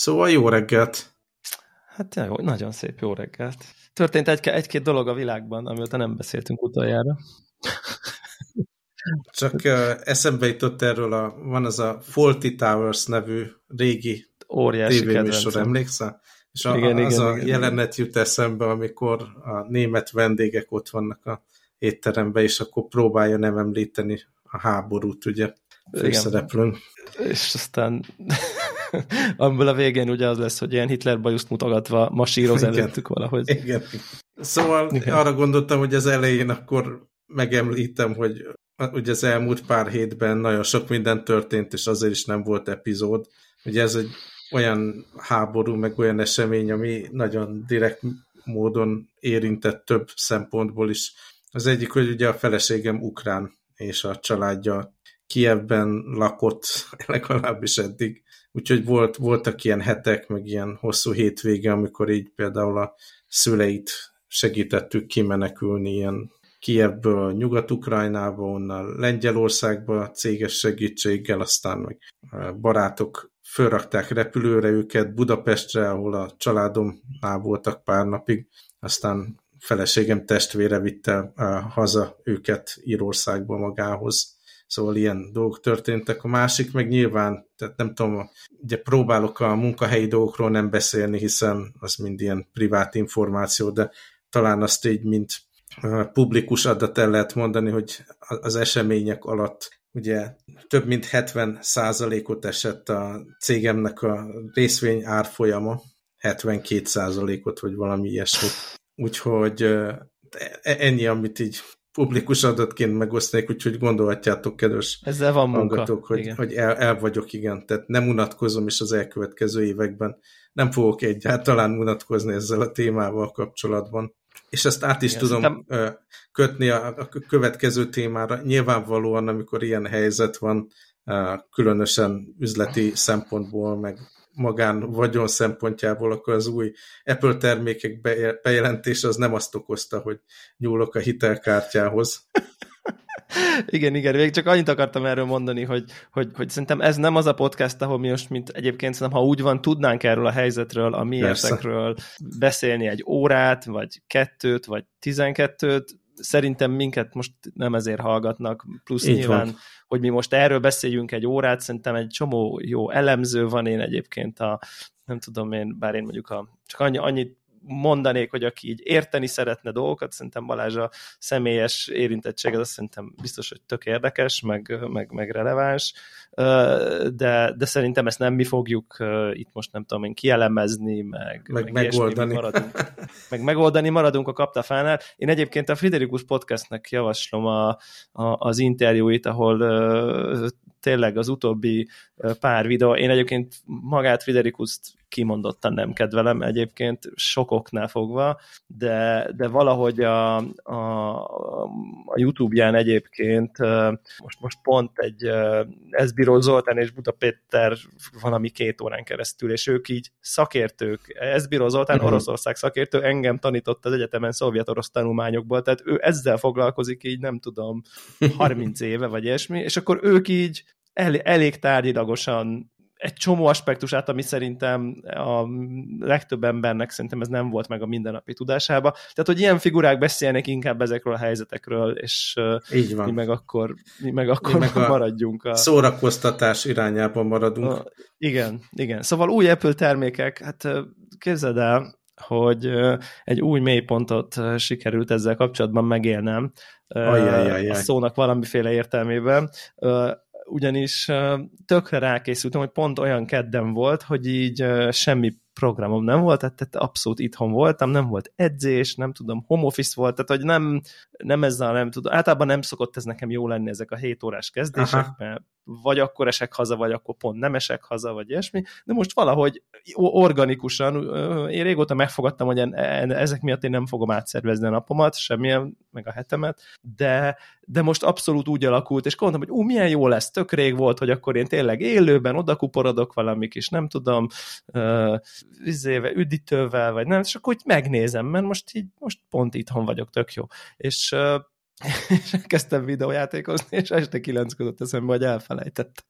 Szóval jó reggelt! Hát jó, nagyon szép jó reggelt. Történt egy-két dolog a világban, amióta nem beszéltünk utoljára. Csak eszembe jutott erről, van az a Fawlty Towers nevű régi óriási tévéműsor, emlékszel? És igen, jelenet jut eszembe, amikor a német vendégek ott vannak a étteremben, és akkor próbálja nem említeni a háborút, ugye, főszereplőn. És aztán amiből a végén ugye az lesz, hogy ilyen Hitler bajuszt mutogatva masíroz előttük valahogy. Igen. Szóval arra gondoltam, hogy az elején akkor megemlítem, hogy ugye az elmúlt pár hétben nagyon sok minden történt, és azért is nem volt epizód. Ugye ez egy olyan háború, meg olyan esemény, ami nagyon direkt módon érintett több szempontból is. Az egyik, hogy ugye a feleségem ukrán, és a családja Kijevben lakott, legalábbis eddig. Úgyhogy voltak ilyen hetek, meg ilyen hosszú hétvége, amikor így például a szüleit segítettük kimenekülni ilyen Kijevből Nyugat-Ukrajnába, onnan Lengyelországba céges segítséggel, aztán meg barátok fölrakták repülőre őket Budapestre, ahol a családomnál voltak pár napig, aztán feleségem testvére vitte haza őket Írországba magához. Szóval ilyen dolgok történtek. A másik meg nyilván, tehát nem tudom, ugye próbálok a munkahelyi dolgokról nem beszélni, hiszen az mind ilyen privát információ, de talán azt így, mint publikus adat el lehet mondani, hogy az események alatt ugye több mint 70%-ot esett a cégemnek a részvény árfolyama, 72%-ot, vagy valami ilyesmi. Úgyhogy ennyi, amit így publikus adatként megosztanék, úgyhogy gondolhatjátok, kedves ezzel van hallgatók, hogy el vagyok, igen. Tehát nem unatkozom, és az elkövetkező években nem fogok egyáltalán unatkozni ezzel a témával kapcsolatban. És ezt át is tudom kötni a következő témára. Nyilvánvalóan, amikor ilyen helyzet van, különösen üzleti szempontból, meg magán vagyon szempontjából, akkor az új Apple termékek bejelentése az nem azt okozta, hogy nyúlok a hitelkártyához. Igen, még csak annyit akartam erről mondani, hogy szerintem ez nem az a podcast, ahol mi most, mint egyébként szerintem, ha úgy van, tudnánk erről a helyzetről, a miértekről beszélni egy órát, vagy 2, vagy 12, szerintem minket most nem ezért hallgatnak, plusz így nyilván, van. Hogy mi most erről beszéljünk egy órát, szerintem egy csomó jó elemző van, én egyébként nem tudom én, bár én mondjuk csak annyit mondanék, hogy aki így érteni szeretne dolgokat, szerintem Balázs a személyes érintettség, az szerintem biztos, hogy tök érdekes, meg releváns, de szerintem ezt nem mi fogjuk itt most nem tudom én kielemezni, meg megoldani. Maradunk a kaptafánál. Én egyébként a Friderikus Podcastnek javaslom az interjúit, ahol tényleg az utóbbi pár videó, én egyébként magát Friderikuszt kimondottan nem kedvelem egyébként, sokoknál fogva, de valahogy a YouTube-ján egyébként most pont egy Eszbiró Zoltán és Buda Péter valami 2 órán keresztül, és ők így szakértők. Eszbiró Zoltán Oroszország szakértő, engem tanított az egyetemen szovjet-orosz tanulmányokból, tehát ő ezzel foglalkozik így, nem tudom, 30 éve vagy ilyesmi, és akkor ők így elég tárgyilagosan egy csomó aspektusát, ami szerintem a legtöbb embernek szerintem ez nem volt meg a mindennapi tudásába. Tehát, hogy ilyen figurák beszélnek inkább ezekről a helyzetekről, és mi meg akkor maradjunk. A szórakoztatás irányában maradunk. Igen. Szóval új Apple termékek, hát képzeld el, hogy egy új mélypontot sikerült ezzel kapcsolatban megélnem. A szónak valamiféle értelmében. Ugyanis tökre rákészültem, hogy pont olyan kedden volt, hogy így semmi programom nem volt, tehát abszolút itthon voltam, nem volt edzés, nem tudom, home office volt, tehát hogy nem ezzel, nem tudom, általában nem szokott ez nekem jó lenni ezek a 7 órás kezdések, mert vagy akkor esek haza, vagy akkor pont nem esek haza, vagy ilyesmi, de most valahogy organikusan, én régóta megfogadtam, hogy ezek miatt én nem fogom átszervezni a napomat, semmilyen, meg a hetemet, de most abszolút úgy alakult, és gondoltam, hogy milyen jó lesz, tök rég volt, hogy akkor én tényleg élőben odakuporodok valami kis, nem tudom, üdítővel, vagy nem, és akkor úgy megnézem, mert most pont itthon vagyok, tök jó. És és elkezdtem videójátékozni, és este 9 között eszembe, hogy elfelejtettem.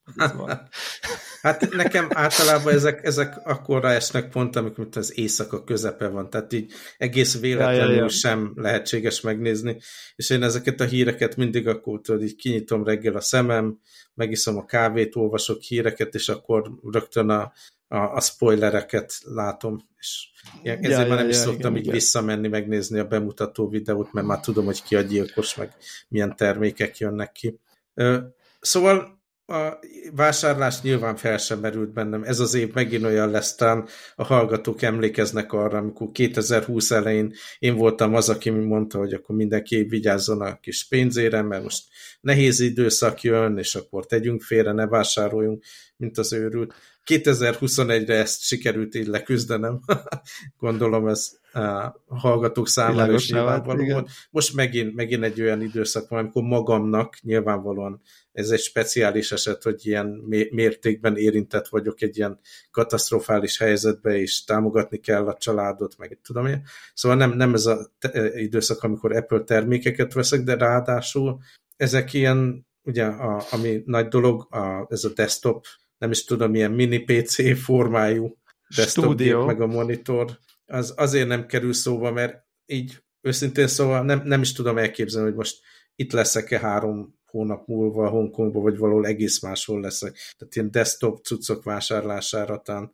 Hát nekem általában ezek akkorra esnek pont, amikor az éjszaka közepe van, tehát így egész véletlenül sem lehetséges megnézni, és én ezeket a híreket mindig akkor tudod, így kinyitom reggel a szemem, megiszom a kávét, olvasok híreket, és akkor rögtön a spoilereket látom, és ezért már nem is szoktam így visszamenni, megnézni a bemutató videót, mert már tudom, hogy ki a gyilkos, meg milyen termékek jönnek ki. Szóval a vásárlás nyilván fel sem merült bennem. Ez az év megint olyan lesz, talán a hallgatók emlékeznek arra, amikor 2020 elején én voltam az, aki mondta, hogy akkor mindenki vigyázzon a kis pénzére, mert most nehéz időszak jön, és akkor tegyünk félre, ne vásároljunk, mint az őrült. 2021-re ezt sikerült így leküzdenem. Gondolom ez a hallgatók számára is nyilvánvaló volt. Most megint egy olyan időszak van, amikor magamnak nyilvánvalóan ez egy speciális eset, hogy ilyen mértékben érintett vagyok egy ilyen katasztrofális helyzetbe, és támogatni kell a családot, meg tudom én. Szóval nem ez az időszak, amikor Apple termékeket veszek, de ráadásul ezek ilyen, ugye, ami nagy dolog, ez a desktop, nem is tudom, milyen mini PC formájú desktop gép, meg a monitor, az azért nem kerül szóba, mert így őszintén szóval nem is tudom elképzelni, hogy most itt leszek-e 3 hónap múlva Hongkongban, vagy valahol egész máshol leszek. Tehát ilyen desktop cuccok vásárlására talán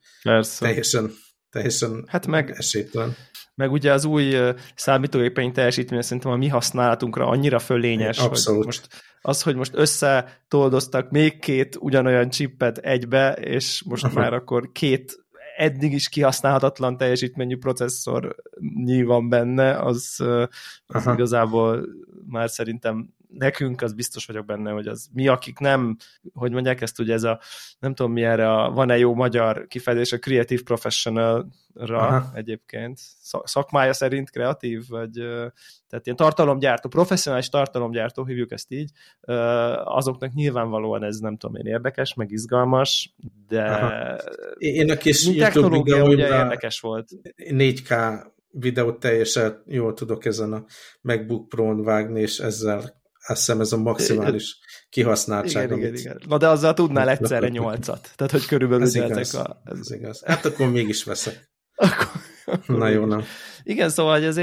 teljesen hát esélytelen. Meg ugye az új számítógépeink teljesítménye szerintem a mi használatunkra annyira fölényes, hogy most összetoldoztak még 2 ugyanolyan csippet egybe, és most már akkor 2 eddig is kihasználhatatlan teljesítményű processzornyi van benne, az igazából már szerintem nekünk az biztos vagyok benne, hogy az mi, akik nem, hogy mondják ezt, ugye ez a, nem tudom mi erre, van-e jó magyar kifejezés, a creative professional-ra egyébként. Szakmája szerint kreatív, vagy tehát ilyen tartalomgyártó, professzionális tartalomgyártó, hívjuk ezt így, azoknak nyilvánvalóan ez nem tudom én érdekes, meg izgalmas, de én a kis technológia ugye érdekes volt. 4K videót teljesen jól tudok ezen a MacBook Pro-n vágni, és ezzel azt hiszem ez a maximális kihasználtság. Igen. Na de azzal tudnál egyszerre 8-at. Tehát, hogy körülbelül ez igaz. Hát akkor mégis veszek. Na jó, nem. Igen, szóval ez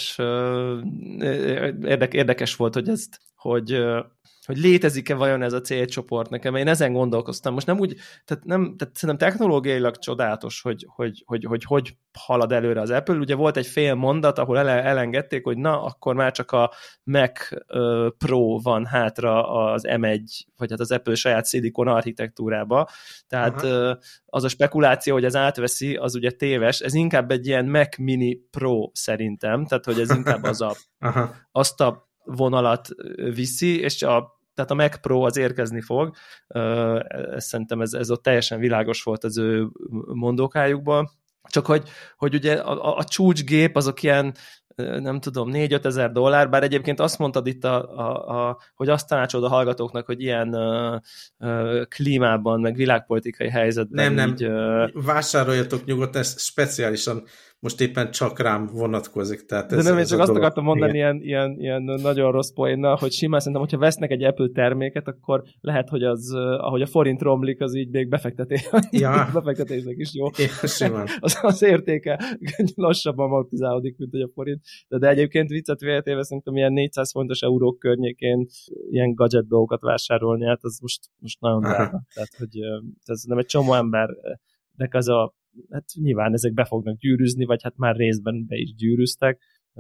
érdekes volt, hogy ezt, hogy létezik-e vajon ez a célcsoport nekem. Én ezen gondolkoztam. Most nem úgy, tehát szerintem technológiailag csodálatos, hogy halad előre az Apple. Ugye volt egy fél mondat, ahol elengedték, hogy na, akkor már csak a Mac Pro van hátra az M1, vagy hát az Apple saját Silicon architektúrába. Tehát az a spekuláció, hogy ez átveszi, az ugye téves. Ez inkább egy ilyen Mac Mini Pro szerintem, tehát hogy ez inkább azt a vonalat viszi, és tehát a Mac Pro az érkezni fog. Szerintem ez ott teljesen világos volt az ő mondókájukban. Csak hogy ugye a csúcsgép azok ilyen, nem tudom, 4-5 ezer dollár, bár egyébként azt mondtad itt, hogy azt tanácsolod a hallgatóknak, hogy ilyen klímában, meg világpolitikai helyzetben nem. Vásároljatok nyugodtan, ez speciálisan most éppen csak rám vonatkozik. Tehát de nem, én csak azt akartam mondani ilyen nagyon rossz poénnal, hogy simán szerintem, hogyha vesznek egy Apple terméket, akkor lehet, hogy az, ahogy a forint romlik, az így még befektetésnek is jó. Az értéke lassabban amortizálódik, mint hogy a forint. De egyébként viccet véletéve szerintem ilyen 400 fontos eurók környékén ilyen gadget dolgokat vásárolni, hát az most nagyon drága. Tehát, hogy ez nem egy csomó embernek az hát nyilván ezek be fognak gyűrűzni, vagy hát már részben be is gyűrűztek.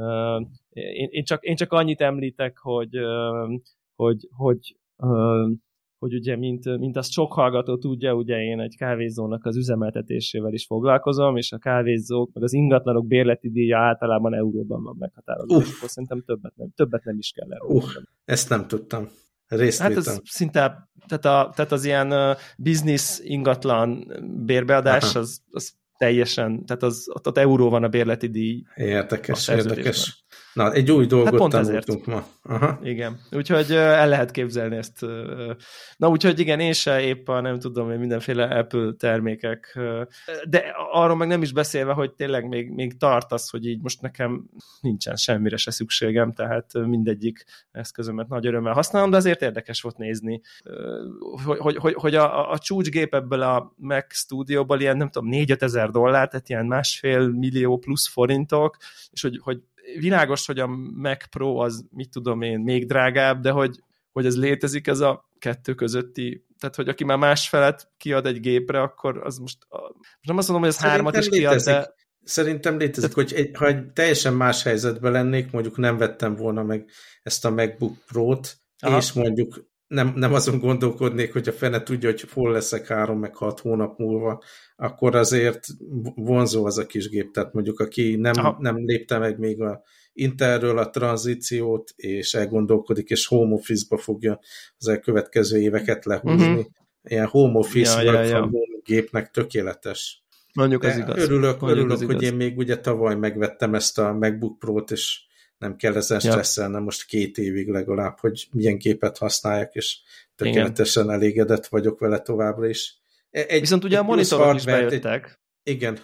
Én csak annyit említek, hogy ugye, mint azt sok hallgató tudja, ugye én egy kávézónak az üzemeltetésével is foglalkozom, és a kávézók, meg az ingatlanok bérleti díja általában euróban van meghatározva. Akkor szerintem többet nem is kell erről. Ezt nem tudtam. Hát ez szinte, tehát az ilyen business ingatlan bérbeadás, az teljesen, tehát ott euró van a bérleti díj. Érdekes. Na, egy új dolgot tanultunk ma. Aha. Igen, úgyhogy el lehet képzelni ezt. Na, úgyhogy igen, én se épp nem tudom, hogy mindenféle Apple termékek, de arról meg nem is beszélve, hogy tényleg még tart az, hogy így most nekem nincsen semmire se szükségem, tehát mindegyik eszközömet nagy örömmel használom, de azért érdekes volt nézni, hogy a csúcsgép ebből a Mac Studio-ból ilyen, nem tudom, 4-5 ezer dollár, tehát ilyen 1,5 millió plusz forintok, és hogy világos, hogy a Mac Pro az, mit tudom én, még drágább, de hogy ez létezik, ez a kettő közötti, tehát hogy aki már másfelet kiad egy gépre, akkor az most nem azt mondom, hogy ez hármat is kiad, de... Szerintem létezik, hogy ha egy teljesen más helyzetben lennék, mondjuk nem vettem volna meg ezt a MacBook Pro-t, és mondjuk nem azon gondolkodnék, hogy a fene tudja, hogy hol leszek 3 meg 6 hónap múlva, akkor azért vonzó az a kis gép. Tehát mondjuk, aki nem lépte meg még a Intelről a tranzíciót, és elgondolkodik, és home office-ba fogja az elkövetkező éveket lehúzni. Ilyen home office work from home gépnek tökéletes. Mondjuk az igaz. Örülök, hogy én még ugye tavaly megvettem ezt a MacBook Pro-t, és nem kell ezen stresszelnem most 2 évig legalább, hogy milyen gépet használjak, és tökéletesen elégedett vagyok vele továbbra is. Viszont ugye a monitorok is bejöttek. Igen.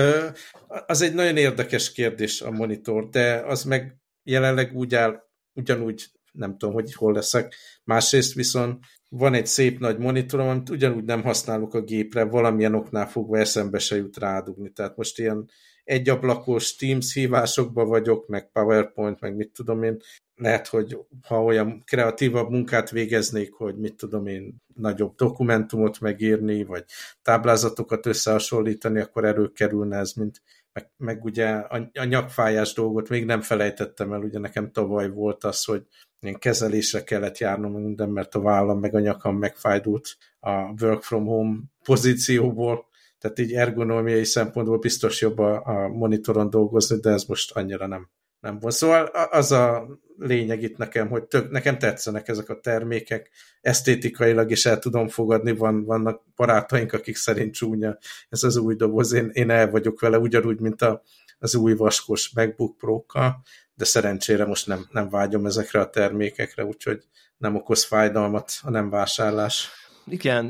Az egy nagyon érdekes kérdés a monitor, de az meg jelenleg úgy áll, ugyanúgy nem tudom, hogy hol leszek. Másrészt viszont van egy szép nagy monitorom, amit ugyanúgy nem használok a gépre, valamilyen oknál fogva eszembe se jut rádugni. Tehát most ilyen egyablakos Teams hívásokban vagyok, meg PowerPoint, meg mit tudom én. Lehet, hogy ha olyan kreatívabb munkát végeznék, hogy mit tudom én, nagyobb dokumentumot megírni, vagy táblázatokat összehasonlítani, akkor előkerülne ez, mint meg ugye a nyakfájás dolgot még nem felejtettem el, ugye nekem tavaly volt az, hogy ilyen kezelésre kellett járnom minden, mert a vállam meg a nyakam megfájdult a work from home pozícióból, tehát így ergonómiai szempontból biztos jobb a monitoron dolgozni, de ez most annyira nem volt. Szóval az a lényeg itt nekem, hogy nekem tetszenek ezek a termékek, esztétikailag is el tudom fogadni, vannak barátaink, akik szerint csúnya ez az új doboz, én el vagyok vele ugyanúgy, mint az új vaskos MacBook Pro-kkal, de szerencsére most nem vágyom ezekre a termékekre, úgyhogy nem okoz fájdalmat a nem vásárlás. Igen,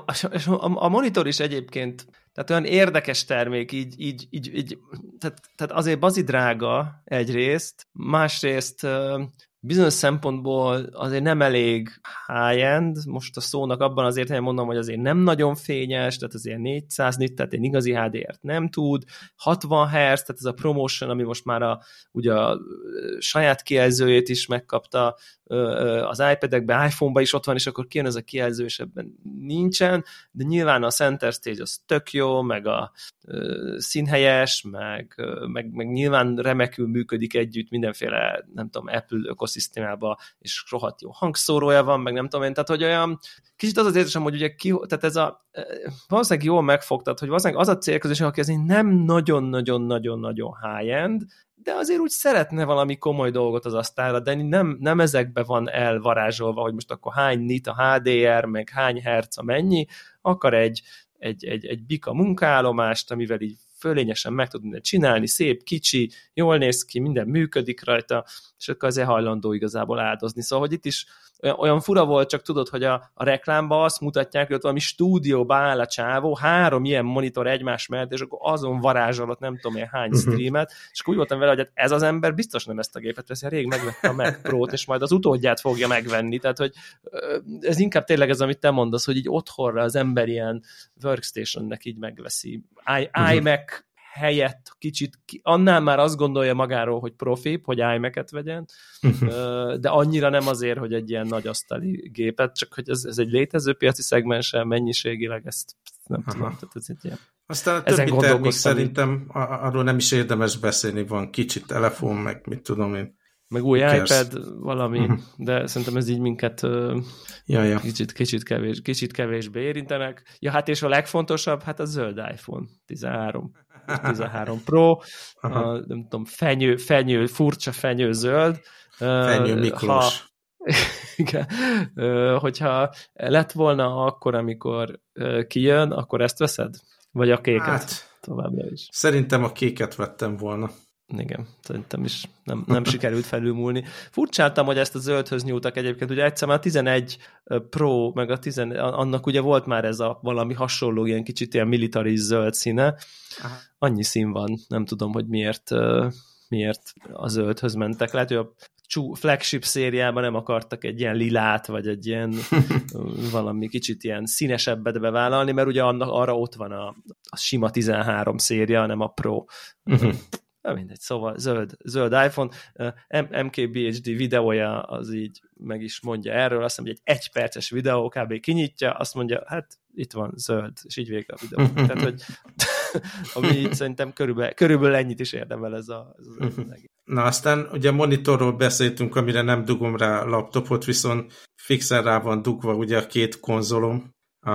a monitor is egyébként, tehát olyan érdekes termék, így tehát azért bazi drága egyrészt, másrészt bizonyos szempontból azért nem elég high-end, most a szónak abban az értelemben mondom, hogy azért nem nagyon fényes, tehát azért 400 nit, tehát egy igazi HDR-t nem tud, 60 Hz, tehát ez a ProMotion, ami most már ugye a saját kijelzőjét is megkapta az iPad-ekben, iPhone-ban is ott van, és akkor kijön ez a kijelző, és ebben nincsen, de nyilván a Center Stage az tök jó, meg a színhelyes, meg nyilván remekül működik együtt mindenféle, nem tudom, Apple ökoszisztémában, és rohadt jó hangszórója van, meg nem tudom én, tehát hogy olyan, kicsit az érzésem, hogy ugye tehát ez valószínűleg jól megfogtad, hogy valószínűleg az a célközös, aki azért nem nagyon-nagyon-nagyon-nagyon high-end, de azért úgy szeretne valami komoly dolgot az asztalra, de nem ezekbe van elvarázsolva, hogy most akkor hány nit a HDR, meg hány hertz a mennyi, akar egy bika munkaállomást, amivel így fölényesen meg tud mindent csinálni, szép, kicsi, jól néz ki, minden működik rajta, és akkor azért hajlandó igazából áldozni. Szóval, hogy itt is olyan fura volt, csak tudod, hogy a reklámban azt mutatják, hogy ott valami stúdióba áll a csávó, 3 ilyen monitor egymás mellett, és akkor azon varázsolott nem tudom én hány streamet, és akkor úgy voltam vele, hogy ez az ember biztos nem ezt a gépet veszi, rég megvette a Mac Pro-t, és majd az utódját fogja megvenni, tehát hogy ez inkább tényleg ez, amit te mondasz, hogy így otthonra az ember ilyen workstation-nek így megveszi. iMac helyett kicsit, annál már azt gondolja magáról, hogy profibb, hogy iMac-et vegyen, de annyira nem azért, hogy egy ilyen nagy asztali gépet, csak hogy ez egy létező piaci szegmensen, mennyiségileg ezt nem tudom. Tehát ez egy ilyen. Aztán a többi termék szerintem arról nem is érdemes beszélni, van kicsi telefon, meg mit tudom én. Meg új iPad, valami, de szerintem ez így minket kicsit kevésbé érintenek. Ja, hát és a legfontosabb, hát a zöld iPhone 13 Pro, nem tudom, fenyő, furcsa fenyő zöld. Fenyő Miklós. Igen, hogyha lett volna akkor, amikor kijön, akkor ezt veszed? Vagy a kéket? Hát, továbbra is. Szerintem a kéket vettem volna. Igen, szerintem is nem sikerült felülmúlni. Furcsáltam, hogy ezt a zöldhöz nyúltak egyébként, ugye egyszer már a 11 Pro, meg a 10, annak ugye volt már ez a valami hasonló, ilyen kicsit ilyen military zöld színe. Aha. Annyi szín van, nem tudom, hogy miért a zöldhöz mentek. Lehet, hogy a flagship szériában nem akartak egy ilyen lilát, vagy egy ilyen valami kicsit ilyen színesebbet bevállalni, mert ugye arra ott van a sima 13 széria, nem a Pro. Mindegy, szóval zöld iPhone. MKBHD videója az így meg is mondja erről, azt mondja, hogy egy 1 perces videó, kb. Kinyitja, azt mondja, hát itt van zöld, és így vége a videó. Tehát, hogy ami így szerintem körülbelül ennyit is érdemel ez az Na aztán ugye monitorról beszéltünk, amire nem dugom rá a laptopot, viszont fixen rá van dugva ugye a 2 konzolom,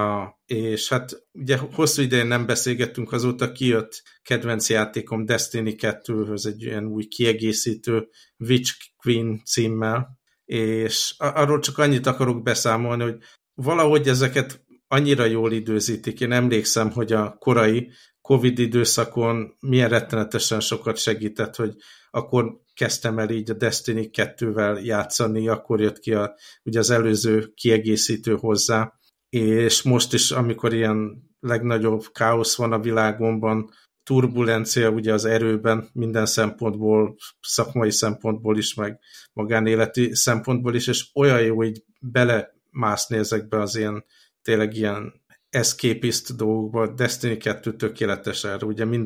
és hát ugye hosszú idején nem beszélgettünk, azóta kijött kedvenc játékom Destiny 2-höz egy ilyen új kiegészítő Witch Queen címmel, és arról csak annyit akarok beszámolni, hogy valahogy ezeket annyira jól időzítik. Én emlékszem, hogy a korai Covid időszakon milyen rettenetesen sokat segített, hogy akkor kezdtem el így a Destiny 2-vel játszani, akkor jött ki ugye az előző kiegészítő hozzá, és most is, amikor ilyen legnagyobb káosz van a világomban, turbulencia ugye az erőben, minden szempontból, szakmai szempontból is, meg magánéleti szempontból is, és olyan jó így belemászni ezekbe az ilyen, tényleg ilyen escapist dolgokba. Destiny 2 tökéletes erre,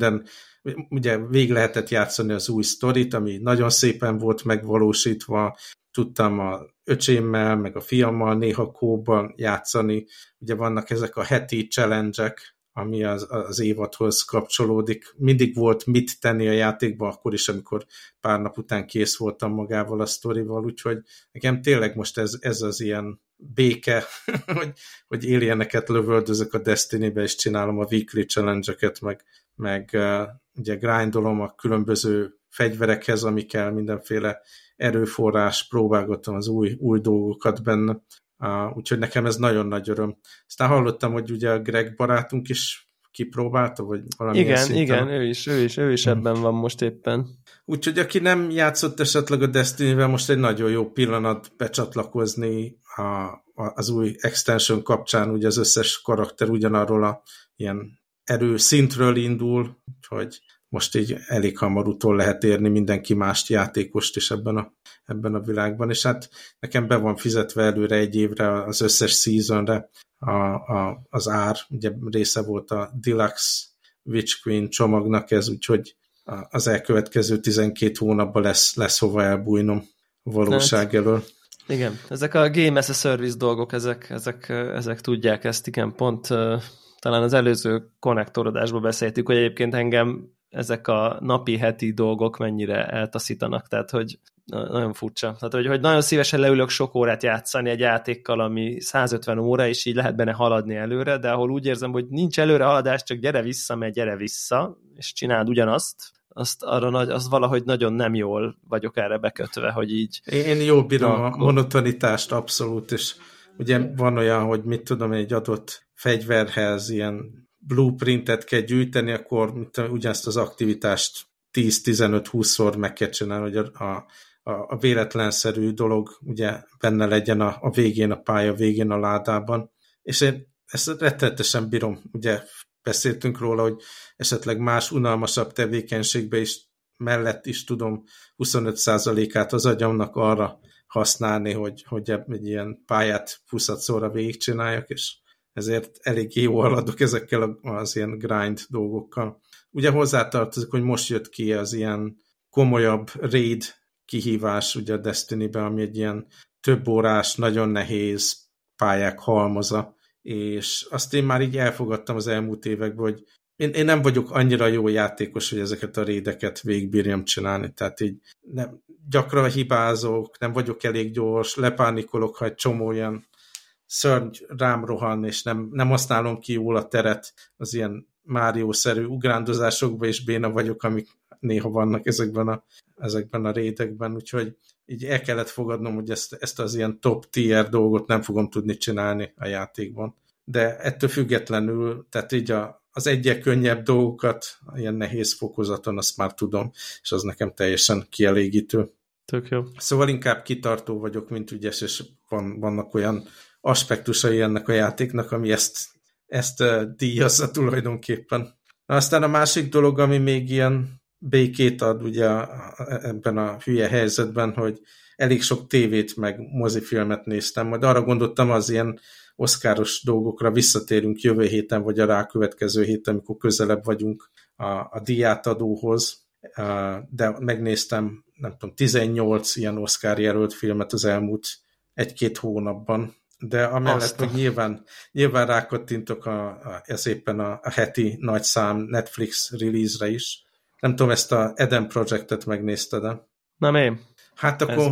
ugye végig lehetett játszani az új sztorit, ami nagyon szépen volt megvalósítva, tudtam a öcsémmel, meg a fiammal néha kóban játszani. Ugye vannak ezek a heti challenge-ek, ami az évadhoz kapcsolódik. Mindig volt mit tenni a játékban, akkor is, amikor pár nap után kész voltam magával a sztorival, úgyhogy nekem tényleg most ez az ilyen béke, hogy alieneket lövöldözök a Destiny-be, és csinálom a weekly challenge-eket, meg ugye grindolom a különböző fegyverekhez, amikkel mindenféle erőforrás, próbálgatom az új dolgokat benne. Úgyhogy nekem ez nagyon nagy öröm. Aztán hallottam, hogy ugye a Greg barátunk is kipróbálta, vagy valamilyen szinten. Igen, ő is ebben van most éppen. Úgyhogy aki nem játszott esetleg a Destiny-vel, most egy nagyon jó pillanat becsatlakozni az új extension kapcsán, ugye az összes karakter ugyanarról a ilyen erőszintről indul, úgyhogy most így elég hamar utol lehet érni mindenki mást játékost is ebben a világban, és hát nekem be van fizetve előre 1 évre az összes seasonre az ár, ugye része volt a Deluxe Witch Queen csomagnak ez, úgyhogy az elkövetkező 12 hónapban lesz hova elbújnom a valóság elől. Igen, ezek a Game as a Service dolgok, ezek tudják ezt, igen, pont talán az előző konnektorodásban beszéltük, hogy egyébként engem ezek a napi, heti dolgok mennyire eltaszítanak, tehát hogy nagyon furcsa. Tehát, hogy nagyon szívesen leülök sok órát játszani egy játékkal, ami 150 óra, és így lehet benne haladni előre, de ahol úgy érzem, hogy nincs előre haladás, csak gyere vissza, és csináld ugyanazt, az valahogy nagyon nem jól vagyok erre bekötve, hogy így... Én jól bírom a monotonitást abszolút, és ugye van olyan, hogy mit tudom, egy adott fegyverhez ilyen blueprintet kell gyűjteni, akkor ugyanezt az aktivitást 10-15-20-szor meg kell csinálni, hogy a véletlenszerű dolog ugye benne legyen a végén, a pálya végén a ládában. És én ezt rettenetesen bírom, ugye beszéltünk róla, hogy esetleg más unalmasabb tevékenységbe is mellett is tudom 25%-át az agyamnak arra használni, hogy egy ilyen pályát 20-szorra végigcsináljak, és ezért elég jó haladok ezekkel az ilyen grind dolgokkal. Ugye hozzátartozik, hogy most jött ki az ilyen komolyabb raid kihívás ugye a Destiny-ben, ami egy ilyen több órás, nagyon nehéz pályák halmaza, és azt én már így elfogadtam az elmúlt években, hogy én nem vagyok annyira jó játékos, hogy ezeket a raideket végigbírjam csinálni, tehát így gyakran hibázok, nem vagyok elég gyors, lepánikolok, ha egy csomó ilyen szörny rám rohan, és nem használom ki jól a teret az ilyen Mario-szerű ugrándozásokban, és béna vagyok, amik néha vannak ezekben a raidekben, úgyhogy így el kellett fogadnom, hogy ezt az ilyen top tier dolgot nem fogom tudni csinálni a játékban. De ettől függetlenül, tehát így az egyre könnyebb dolgokat, ilyen nehéz fokozaton, azt már tudom, és az nekem teljesen kielégítő. Tök jó. Szóval inkább kitartó vagyok, mint ügyes, és vannak olyan aspektusai ennek a játéknak, ami ezt díjazza tulajdonképpen. Na, aztán a másik dolog, ami még ilyen békét ad ugye ebben a hülye helyzetben, hogy elég sok tévét meg mozifilmet néztem, majd arra gondoltam, az ilyen oszkáros dolgokra visszatérünk jövő héten, vagy a rákövetkező héten, amikor közelebb vagyunk a díjátadóhoz, de megnéztem, nem tudom, 18 ilyen Oscar jelölt filmet az elmúlt 1-2 hónapban, de amellett meg nyilván rákattintok ez éppen a heti nagyszám Netflix release-re is. Nem tudom, ezt a Eden Project-et megnézted-e? Nem én. Hát akkor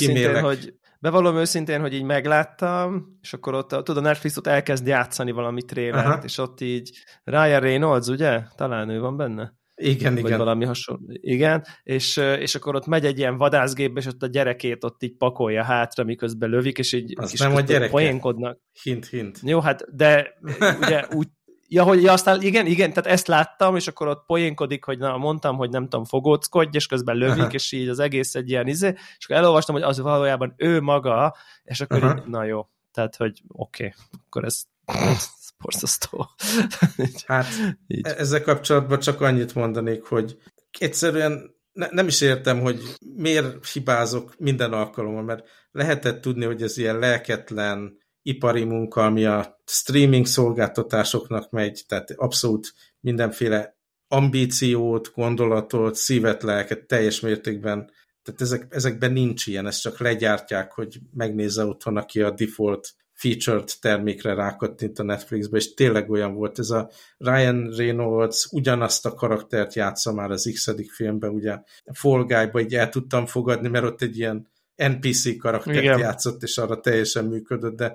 bevallom őszintén, hogy így megláttam, és akkor ott tudod, a Netflix ott elkezd játszani valami trélert, és ott így Ryan Reynolds, ugye? Talán ő van benne? Igen. Vagy valami hasonló. Igen, és akkor ott megy egy ilyen vadászgépbe, és ott a gyerekét ott így pakolja hátra, miközben lövik, és így az nem a gyereke. Poénkodnak. Hint. Jó, hát, de ugye úgy, aztán igen, tehát ezt láttam, és akkor ott poénkodik, hogy mondtam, hogy nem tudom, fogóckodj, és közben lövik, és így az egész egy ilyen és akkor elolvastam, hogy az valójában ő maga, és akkor így, na jó, tehát, hogy oké, akkor ez borzasztó. Hát ezzel kapcsolatban csak annyit mondanék, hogy egyszerűen nem is értem, hogy miért hibázok minden alkalommal, mert lehetett tudni, hogy ez ilyen lelketlen ipari munka, ami a streaming szolgáltatásoknak megy, tehát abszolút mindenféle ambíciót, gondolatot, szívet, lelket teljes mértékben, tehát ezekben nincs ilyen, ezt csak legyártják, hogy megnézze otthon, aki a default featured termékre rákattint a Netflixbe, és tényleg olyan volt, ez a Ryan Reynolds ugyanazt a karaktert játsza már az x-edik filmben, ugye Fall Guy-ba így el tudtam fogadni, mert ott egy ilyen NPC karaktert játszott, és arra teljesen működött, de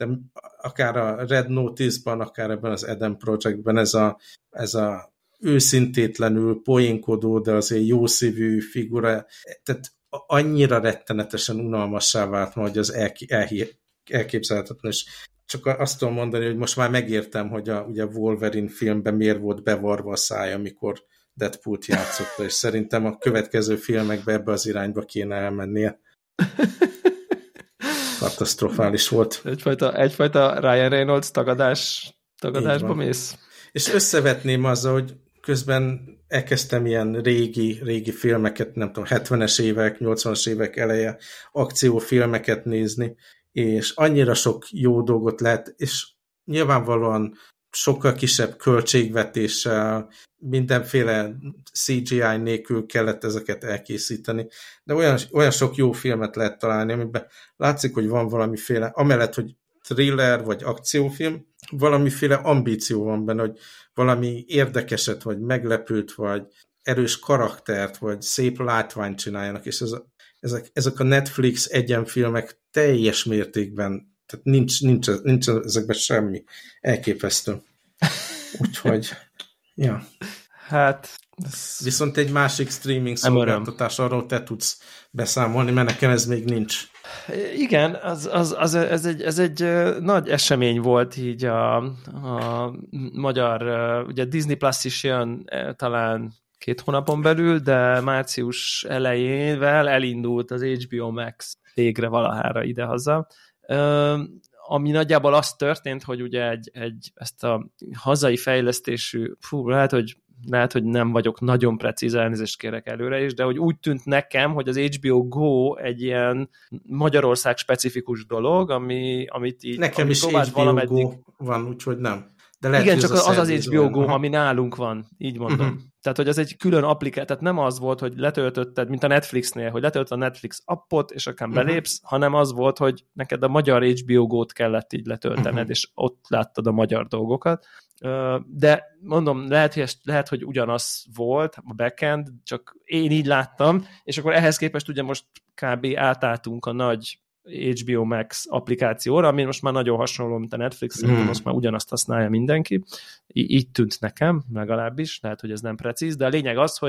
akár a Red Notice-ban, akár ebben az Eden Project-ben ez a őszintétlenül poénkodó, de azért jó szívű figura, tehát annyira rettenetesen unalmassá vált ma, hogy az elképzelhetetlen, és csak azt tudom mondani, hogy most már megértem, hogy ugye Wolverine filmben miért volt bevarva a szája, amikor Deadpool-t játszotta, és szerintem a következő filmekbe ebbe az irányba kéne elmennie. Katasztrofális volt. Egyfajta Ryan Reynolds tagadásba mész? És összevetném azzal, hogy közben elkezdtem ilyen régi filmeket, nem tudom, 70-es évek, 80-as évek eleje akciófilmeket nézni, és annyira sok jó dolgot lehet, és nyilvánvalóan sokkal kisebb költségvetéssel, mindenféle CGI nélkül kellett ezeket elkészíteni, de olyan sok jó filmet lehet találni, amiben látszik, hogy van valamiféle, amellett, hogy thriller vagy akciófilm, valamiféle ambíció van benne, hogy valami érdekeset, vagy meglepőt, vagy erős karaktert, vagy szép látványt csináljanak, és ezek a Netflix egyenfilmek teljes mértékben, tehát nincs ezekben semmi. Elképesztő. Úgyhogy, ja. Hát... Viszont egy másik streaming szolgáltatás, arról te tudsz beszámolni, mert nekem ez még nincs. Igen, ez egy nagy esemény volt így a magyar, ugye Disney Plus is jön talán 2 hónapon belül, de március elejével elindult az HBO Max végre valahára idehaza. Ami nagyjából az történt, hogy ugye ezt a hazai fejlesztésű, lehet, hogy nem vagyok nagyon precíz, elnézést kérek előre is, de hogy úgy tűnt nekem, hogy az HBO Go egy ilyen Magyarország specifikus dolog, amit így... Nekem is HBO Go van, úgyhogy nem. De lehet, igen, csak az HBO Go, ami nálunk van, így mondom. Tehát, hogy ez egy külön applikáció, tehát nem az volt, hogy letöltötted, mint a Netflixnél, hogy letöltöd a Netflix appot, és akár belépsz, hanem az volt, hogy neked a magyar HBO Go-t kellett így letöltened, és ott láttad a magyar dolgokat. De mondom, lehet, hogy ugyanaz volt a backend, csak én így láttam, és akkor ehhez képest ugye most kb. Átálltunk a nagy HBO Max applikációra, ami most már nagyon hasonló, mint a Netflix, most már ugyanazt használja mindenki. Így tűnt nekem, legalábbis, lehet, hogy ez nem precíz, de a lényeg az,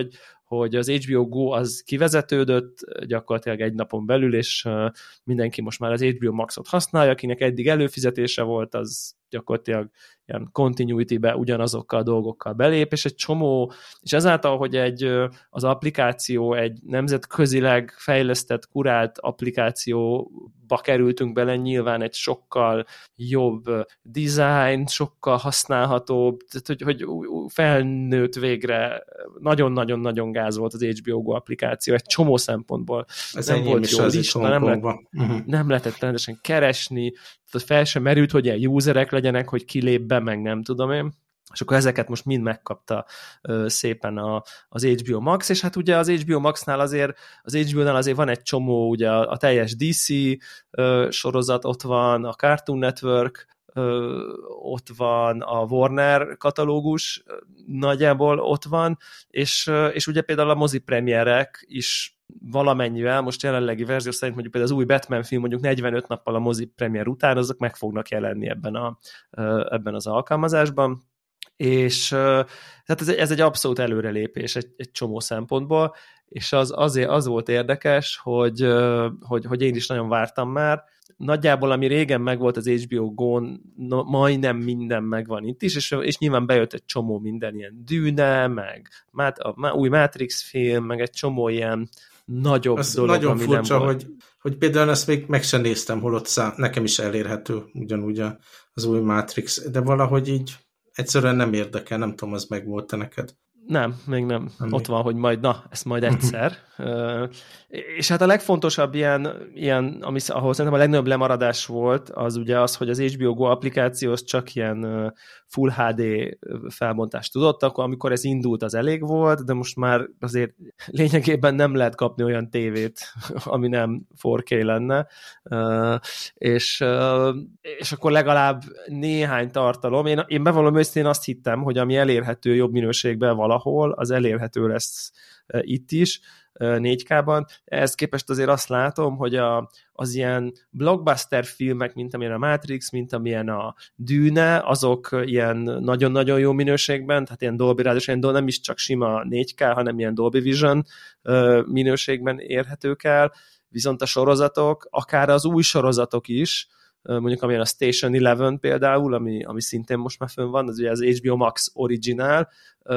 hogy az HBO Go az kivezetődött gyakorlatilag egy napon belül, és mindenki most már az HBO Maxot használja, akinek eddig előfizetése volt, az gyakorlatilag ilyen continuity-be ugyanazokkal a dolgokkal belép, és egy csomó, és ezáltal, hogy az applikáció egy nemzetközileg fejlesztett, kurált applikációba kerültünk bele, nyilván egy sokkal jobb design, sokkal használhatóbb, tehát hogy felnőtt végre, nagyon-nagyon-nagyon gáz volt az HBO Go applikáció, egy csomó szempontból. Ez nem volt jó lista, nem lehetett rendesen keresni, tehát fel sem merült, hogy ilyen userek legyenek, hogy kilép be, meg nem tudom én. És akkor ezeket most mind megkapta szépen az HBO Max, és hát ugye az HBO Maxnál azért, az HBO-nál azért van egy csomó, ugye a teljes DC sorozat ott van, a Cartoon Network ott van, a Warner katalógus nagyjából ott van, és ugye például a mozi premierek is valamennyivel, most jelenlegi verzió szerint mondjuk például az új Batman film mondjuk 45 nappal a mozi premier után, azok meg fognak jelenni ebben az alkalmazásban, és tehát ez egy abszolút előrelépés egy csomó szempontból, és az volt érdekes, hogy én is nagyon vártam már. Nagyjából, ami régen megvolt az HBO Go-n, majdnem minden megvan itt is, és nyilván bejött egy csomó minden ilyen Dűne, meg új Matrix film, meg egy csomó ilyen nagyobb az dolog, nagyon ami furcsa, nem volt. hogy például ezt még meg sem néztem, holott nekem is elérhető ugyanúgy az új Matrix, de valahogy így egyszerűen nem érdekel, nem tudom, az meg volt-e neked? Nem, még nem. Ott van, hogy ezt majd egyszer. És hát a legfontosabb ilyen ahol szerintem a legnagyobb lemaradás volt, az ugye az, hogy az HBO Go applikáció csak ilyen Full HD felbontást tudott, akkor amikor ez indult, az elég volt, de most már azért lényegében nem lehet kapni olyan tévét, ami nem 4K lenne, és akkor legalább néhány tartalom. Én bevallom őszintén azt hittem, hogy ami elérhető jobb minőségben valahol, az elérhető lesz itt is, 4K-ban. Ehhez képest azért azt látom, hogy az ilyen blockbuster filmek, mint amilyen a Matrix, mint amilyen a Dűne, azok ilyen nagyon-nagyon jó minőségben, tehát ilyen Dolby, ráadásul nem is csak sima 4K, hanem ilyen Dolby Vision minőségben érhetők el, viszont a sorozatok, akár az új sorozatok is, mondjuk amilyen a Station 11 például, ami szintén most már fönn van, az ugye az HBO Max Original,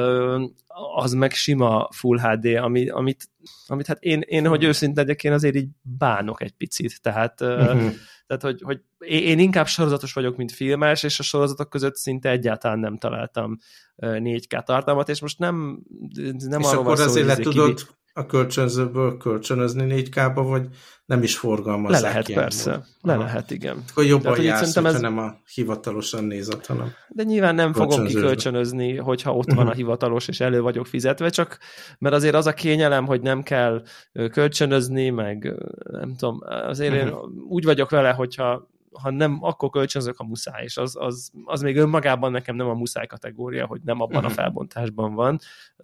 az meg sima Full HD, amit hát én hogy őszintén legyek, én azért így bánok egy picit, tehát hogy én inkább sorozatos vagyok, mint filmes, és a sorozatok között szinte egyáltalán nem találtam 4K tartalmat, és most nem és arról akkor azért le tudod a kölcsönzőből kölcsönözni 4K-ba, vagy nem is forgalmazzák? Le lehet, persze. Lehet, igen. Akkor jobban jársz, hogyha nem a hivatalosan nézed, hanem de nyilván nem fogom kikölcsönözni, hogyha ott van a hivatalos, és elő vagyok fizetve, csak mert azért az a kényelem, hogy nem kell kölcsönözni, meg nem tudom, azért én úgy vagyok vele, hogyha nem, akkor kölcsönzök, ha muszáj, és az még önmagában nekem nem a muszáj kategória, hogy nem abban a felbontásban van,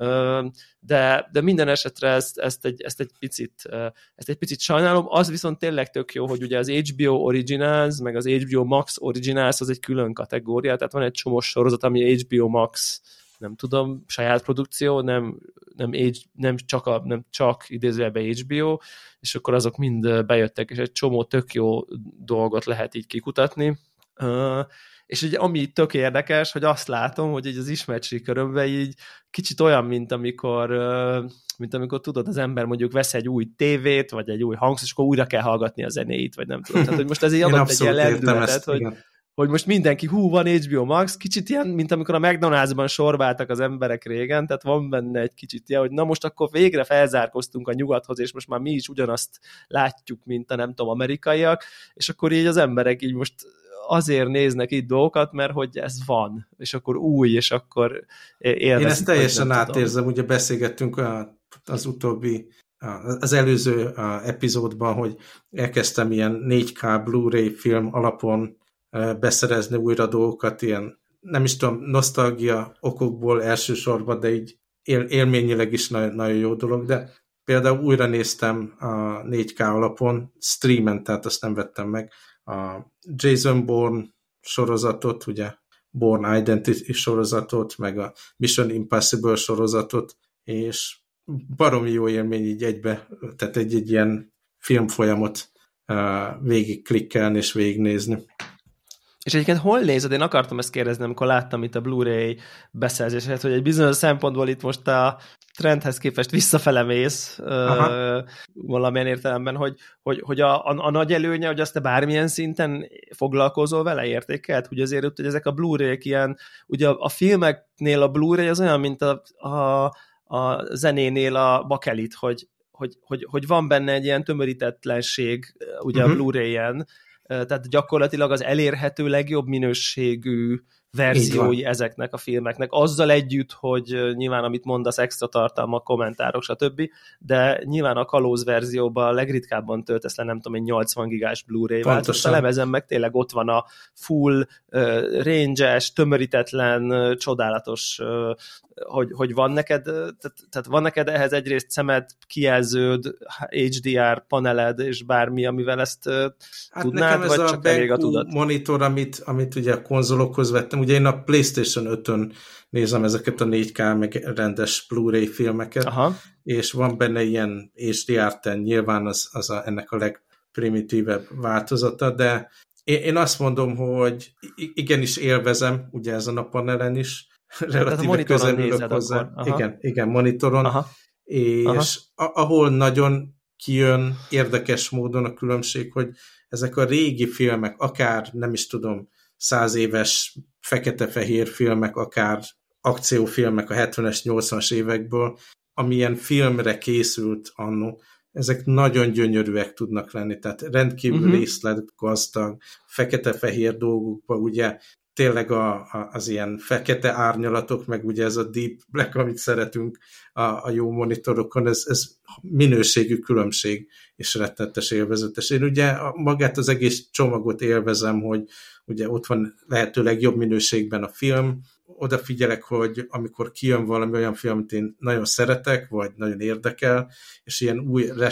de minden esetre ezt egy picit sajnálom, az viszont tényleg tök jó, hogy ugye az HBO Originals, meg az HBO Max Originals az egy külön kategória, tehát van egy csomó sorozat, ami HBO Max, nem tudom, saját produkció, nem csak idézőjelben HBO, és akkor azok mind bejöttek, és egy csomó tök jó dolgot lehet így kikutatni. És ugye ami tök érdekes, hogy azt látom, hogy így az ismertségi körömben így kicsit olyan, mint amikor tudod, az ember mondjuk vesz egy új tévét, vagy egy új hangszórót, és akkor újra kell hallgatni a zenéit, vagy nem tudom. Tehát, hogy most ez így adott egy ilyen lendületet, hogy most mindenki, van HBO Max, kicsit ilyen, mint amikor a McDonald'sban sorbáltak az emberek régen, tehát van benne egy kicsit ilyen, hogy na most akkor végre felzárkoztunk a nyugathoz, és most már mi is ugyanazt látjuk, mint a nem tudom, amerikaiak, és akkor így az emberek így most azért néznek itt dolgokat, mert hogy ez van, és akkor új, és akkor élvezik. Én ezt teljesen átérzem, ugye beszélgettünk az előző epizódban, hogy elkezdtem ilyen 4K Blu-ray film alapon beszerezni újra dolgokat, ilyen, nem is tudom, nosztalgia okokból elsősorban, de így élményileg is nagyon jó dolog, de például újra néztem a 4K alapon, streamen, tehát azt nem vettem meg, a Jason Bourne sorozatot, ugye Bourne Identity sorozatot, meg a Mission Impossible sorozatot, és baromi jó élmény így egybe, tehát egy ilyen filmfolyamot végig klikkelni és végignézni. És egyébként hol nézed? Én akartam ezt kérdezni, amikor láttam itt a Blu-ray beszerzéseket, hogy egy bizonyos szempontból itt most a trendhez képest visszafele mész valamilyen értelemben, hogy a nagy előnye, hogy azt te bármilyen szinten foglalkozol vele, értékelt, hogy azért hogy ezek a Blu-ray-k ilyen, ugye a filmeknél a Blu-ray az olyan, mint a zenénél a bakelit, hogy van benne egy ilyen tömörítetlenség ugye a Blu-ray-en, tehát gyakorlatilag az elérhető legjobb minőségű verziói ezeknek a filmeknek. Azzal együtt, hogy nyilván amit mondasz, extra tartalmak, kommentárok, stb., de nyilván a kalóz verzióban legritkábban töltesz le, nem tudom, egy 80 gigás Blu-ray változat. A lemezen meg tényleg ott van a full, range-es, tömörítetlen, csodálatos, hogy van neked, tehát van neked ehhez egyrészt szemed, kijelződ, HDR paneled, és bármi, amivel ezt tudnád, vagy csak elég a tudat? Monitor, amit ugye a konzolokhoz vettem, ugye én a PlayStation 5-ön nézem ezeket a 4K meg rendes Blu-ray filmeket, és van benne ilyen HDR10, nyilván ennek a legprimitívebb változata, de én azt mondom, hogy igenis élvezem, ugye ezen a panelen is, relatíve közelülök hozzá. Igen, monitoron, és ahol nagyon kijön érdekes módon a különbség, hogy ezek a régi filmek, akár nem is tudom, 100 éves fekete-fehér filmek, akár akciófilmek a 70-es, 80-as évekből, amilyen filmre készült annó, ezek nagyon gyönyörűek tudnak lenni, tehát rendkívül részletgazdag, fekete-fehér dolgokban, ugye tényleg az ilyen fekete árnyalatok, meg ugye ez a deep black, amit szeretünk a jó monitorokon, ez minőségű különbség, és rettenetes élvezetes. Én ugye magát az egész csomagot élvezem, hogy ugye ott van lehetőleg jobb minőségben a film, odafigyelek, hogy amikor kijön valami olyan film, amit én nagyon szeretek, vagy nagyon érdekel, és ilyen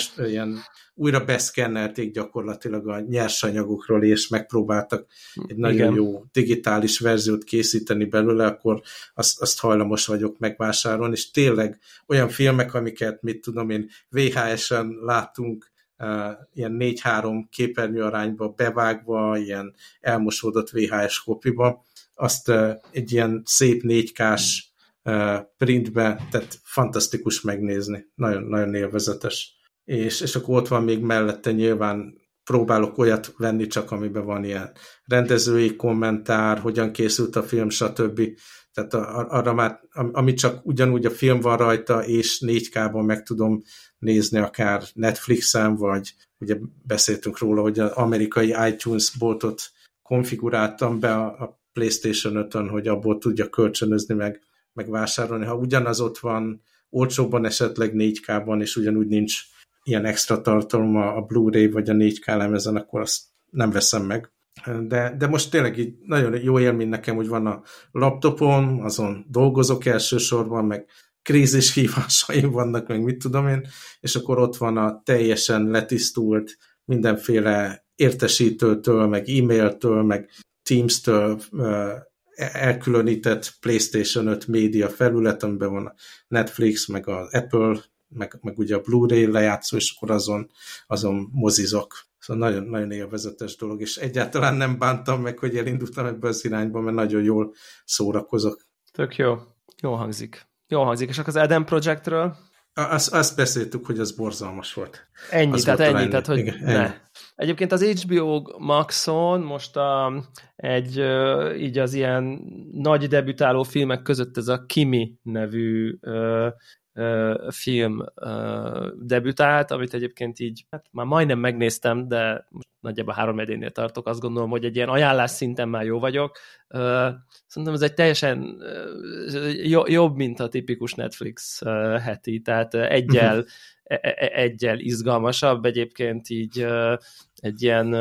újra beszkennelték gyakorlatilag a nyersanyagokról, és megpróbáltak egy nagyon jó digitális verziót készíteni belőle, akkor azt hajlamos vagyok megvásárolni, és tényleg olyan filmek, amiket, mit tudom én, VHS-en láttunk, ilyen 4-3 képernyő arányba bevágva, ilyen elmosódott VHS kopiba, azt egy ilyen szép 4K-s printbe, tehát fantasztikus megnézni, nagyon, nagyon élvezetes. És akkor ott van még mellette, nyilván próbálok olyat venni csak, amiben van ilyen rendezői kommentár, hogyan készült a film, stb. Tehát arra már, ami csak ugyanúgy a film van rajta, és 4K-ban meg tudom nézni akár Netflixen, vagy ugye beszéltünk róla, hogy az amerikai iTunes boltot konfiguráltam be a PlayStation 5-ön, hogy abból tudja kölcsönözni, meg vásárolni. Ha ugyanaz ott van, olcsóbban esetleg 4K-ban, és ugyanúgy nincs ilyen extra tartalma a Blu-ray vagy a 4K lemezen, akkor azt nem veszem meg. De most tényleg így nagyon jó élmény nekem, hogy van a laptopon, azon dolgozok elsősorban, meg krízis hívásaim vannak, meg mit tudom én, és akkor ott van a teljesen letisztult mindenféle értesítőtől, meg e-mailtől, meg Teams-től elkülönített PlayStation 5 média felület, amiben van a Netflix, meg az Apple, meg ugye a Blu-ray lejátszó, és akkor azon mozizok. Szóval nagyon, nagyon élvezetes dolog, és egyáltalán nem bántam meg, hogy elindultam ebbe az irányba, mert nagyon jól szórakozok. Tök jó. Jól hangzik. És akkor az Eden Projectről? Azt beszéltük, hogy az borzalmas volt. Ennyi, tehát hogy igen, ne. Egyébként az HBO Maxon most így az ilyen nagy debütáló filmek között ez a Kimi nevű film debütált, amit egyébként így, hát már majdnem megnéztem, de most nagyjából 3-4-nél tartok, azt gondolom, hogy egy ilyen ajánlás szinten már jó vagyok. Szerintem ez egy teljesen jobb, mint a tipikus Netflix heti, tehát egyel izgalmasabb, egyébként így egy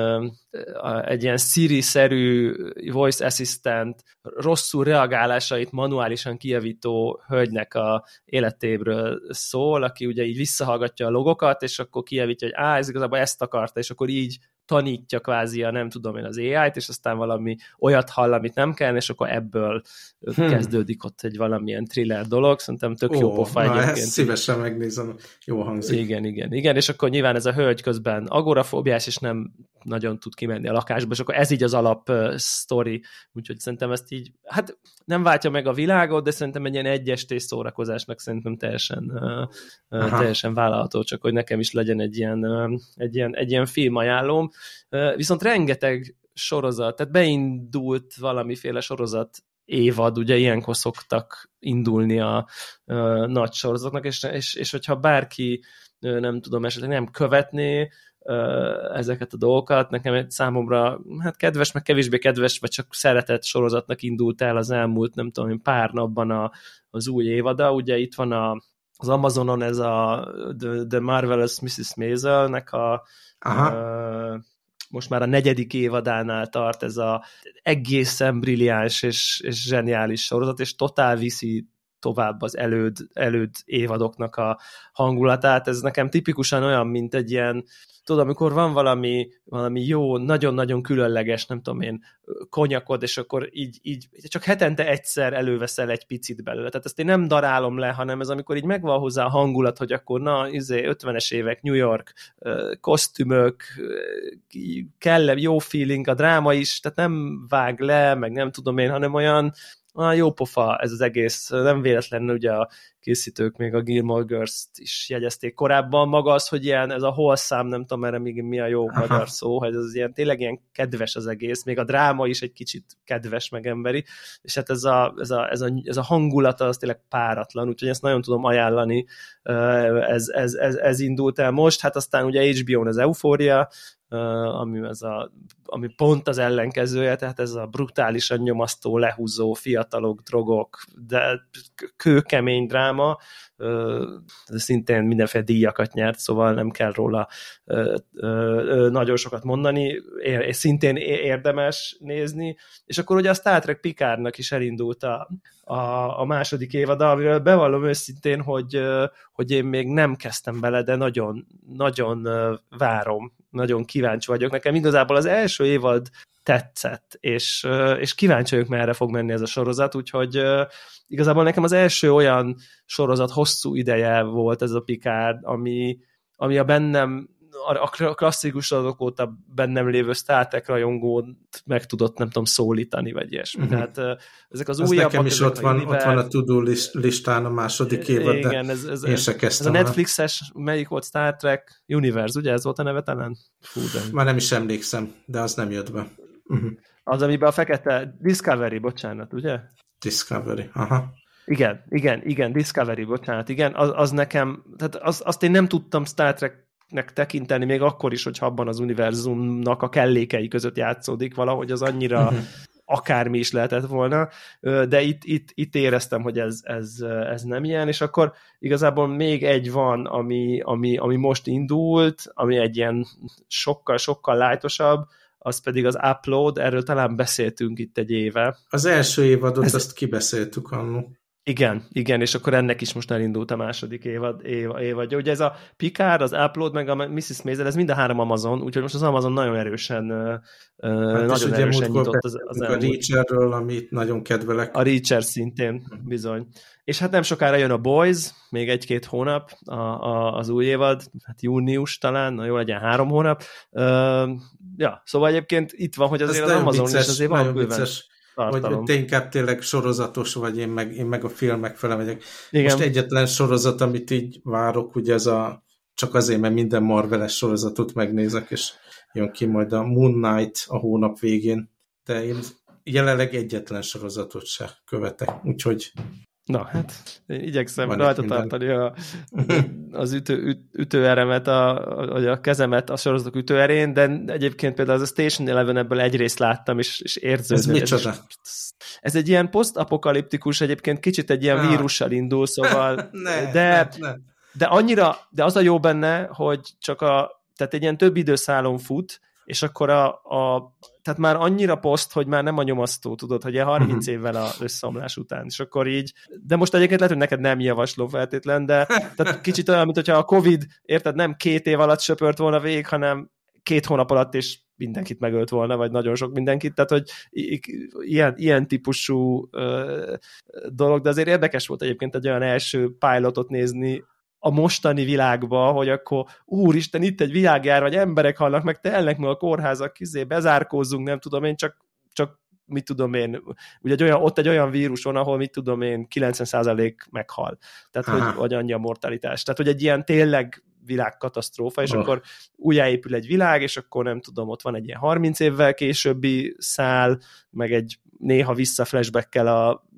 ilyen Siri-szerű voice assistant rosszul reagálásait manuálisan kijavító hölgynek a életébről szól, aki ugye így visszahallgatja a logokat, és akkor kijavítja, hogy ez igazából ezt akarta, és akkor így tanítja kvázi nem tudom én az AI-t, és aztán valami olyat hall, amit nem kell, és akkor ebből kezdődik ott egy valamilyen thriller dolog, szerintem tök jó pofa egyébként. Ezt szívesen megnézem, jó hangzik. Igen, és akkor nyilván ez a hölgy közben agorafóbiás, és nem nagyon tud kimenni a lakásba, és akkor ez így az alap sztori, úgyhogy szerintem ezt így, hát nem váltja meg a világot, de szerintem egy ilyen egyestés szórakozásnak szerintem teljesen vállalható, csak hogy nekem is legyen egy ilyen filmajánlóm. Viszont rengeteg sorozat, tehát beindult valamiféle sorozat évad, ugye ilyenkor szoktak indulni a nagy sorozatnak, és hogyha bárki nem tudom, esetleg nem követné ezeket a dolgokat, nekem számomra hát kedves, meg kevésbé kedves, vagy csak szeretett sorozatnak indult el az elmúlt, nem tudom, pár napban az új évada, ugye itt van az Amazonon ez a The Marvelous Mrs. Maisel-nek most már a 4. évadánál tart ez a egészen brilliáns és zseniális sorozat, és totál viszi tovább az előd évadoknak a hangulatát. Ez nekem tipikusan olyan, mint egy ilyen, tudod, amikor van valami jó, nagyon-nagyon különleges, nem tudom én, konyakod, és akkor így csak hetente egyszer előveszel egy picit belőle. Tehát ezt én nem darálom le, hanem ez amikor így megvan hozzá a hangulat, hogy akkor 50-es évek, New York, kosztümök, kell jó feeling, a dráma is, tehát nem vág le, meg nem tudom én, hanem olyan jó pofa ez az egész, nem véletlenül ugye a készítők még a Gilmore Girls-t is jegyezték korábban, maga az, hogy ilyen, ez a wholesome, nem tudom erre még mi a jó magyar szó, hogy ez ilyen, tényleg ilyen kedves az egész, még a dráma is egy kicsit kedves meg emberi, és hát ez a hangulata az tényleg páratlan, úgyhogy ezt nagyon tudom ajánlani, ez indult el most, hát aztán ugye HBO-n az Euphoria, ami pont az ellenkezője, tehát ez a brutálisan nyomasztó, lehúzó, fiatalok, drogok, de kőkemény dráma, szintén mindenféle díjakat nyert, szóval nem kell róla nagyon sokat mondani, és szintén érdemes nézni, és akkor ugye a Star Trek Picardnak is elindult a második évada, amiről bevallom őszintén, hogy én még nem kezdtem bele, de nagyon, nagyon várom, nagyon kíváncsi vagyok. Nekem igazából az első évad tetszett, és kíváncsi vagyok, merre fog menni ez a sorozat, úgyhogy igazából nekem az első olyan sorozat hosszú ideje volt ez a Picard, ami a bennem, a klasszikus sorozat óta bennem lévő Star Trek rajongót meg tudott, nem tudom, szólítani, vagy ilyesmi. Tehát ezek az újabbak... Nekem is ott van a to-do listán a második évad, de igen, én se kezdtem. Ez a Netflixes, melyik volt Star Trek Universe, ugye ez volt a neve talán? Már nem is emlékszem, de az nem jött be. Az, amiben a fekete Discovery, bocsánat, ugye? Discovery, aha. Igen, Discovery, bocsánat, igen, az nekem, tehát azt én nem tudtam Star Treknek tekinteni, még akkor is, hogyha abban az univerzumnak a kellékei között játszódik valahogy, az annyira akármi is lehetett volna, de itt éreztem, hogy ez nem ilyen, és akkor igazából még egy van, ami most indult, ami egy ilyen sokkal lightosabb, az pedig az Upload, erről talán beszéltünk itt egy éve. Az első évadot azt kibeszéltük annó. Igen, és akkor ennek is most elindult a második évadja. Ugye ez a Picard, az Upload, meg a Mrs. Maisel, ez mind a 3 Amazon, úgyhogy most az Amazon nagyon erősen nagyon erősen nyitott az a Reacherről, amit nagyon kedvelek. A Reacher szintén, bizony. És hát nem sokára jön a Boys, még 1-2 hónap az új évad, hát június talán, na jó legyen 3 hónap. Ja, szóval egyébként itt van, hogy azért az Amazon is azért van bőven. Hogy te inkább tényleg sorozatos vagy, én meg a filmek fele megyek. Igen. Most egyetlen sorozat, amit így várok, ugye ez csak azért, mert minden Marvel-es sorozatot megnézek, és jön ki majd a Moon Knight a hónap végén. De én jelenleg egyetlen sorozatot se követek, úgyhogy... Na, hát igyekszem rajta tartani az ütőeremet, a kezemet a sorozatok ütőerén, de egyébként például az a Station Eleven, ebből egy részt láttam, és érződni. Ez micsoda? Ez egy ilyen posztapokaliptikus, egyébként kicsit egy ilyen vírussal indul, szóval... De annyira, de az a jó benne, hogy tehát egy ilyen több időszálon fut, és akkor tehát már annyira poszt, hogy már nem a nyomasztó, tudod, hogy 30 évvel az összeomlás után, és akkor így, de most egyébként lehet, hogy neked nem javaslom feltétlen, de tehát kicsit olyan, mint hogyha a Covid, érted, nem 2 év alatt söpört volna végig, hanem 2 hónap alatt és mindenkit megölt volna, vagy nagyon sok mindenkit, tehát hogy ilyen típusú dolog, de azért érdekes volt egyébként egy olyan első pilotot nézni a mostani világba, hogy akkor úristen, itt egy világjárvány, emberek halnak meg, telnek meg a kórházak, bezárkózzunk, nem tudom én, csak mit tudom én, ugye ott egy olyan vírus van, ahol mit tudom én, 90% meghal. Tehát, hogy annyi a mortalitás. Tehát, hogy egy ilyen tényleg világkatasztrófa, és akkor újjáépül egy világ, és akkor nem tudom, ott van egy ilyen 30 évvel későbbi szál, meg egy néha visszaflashbackkel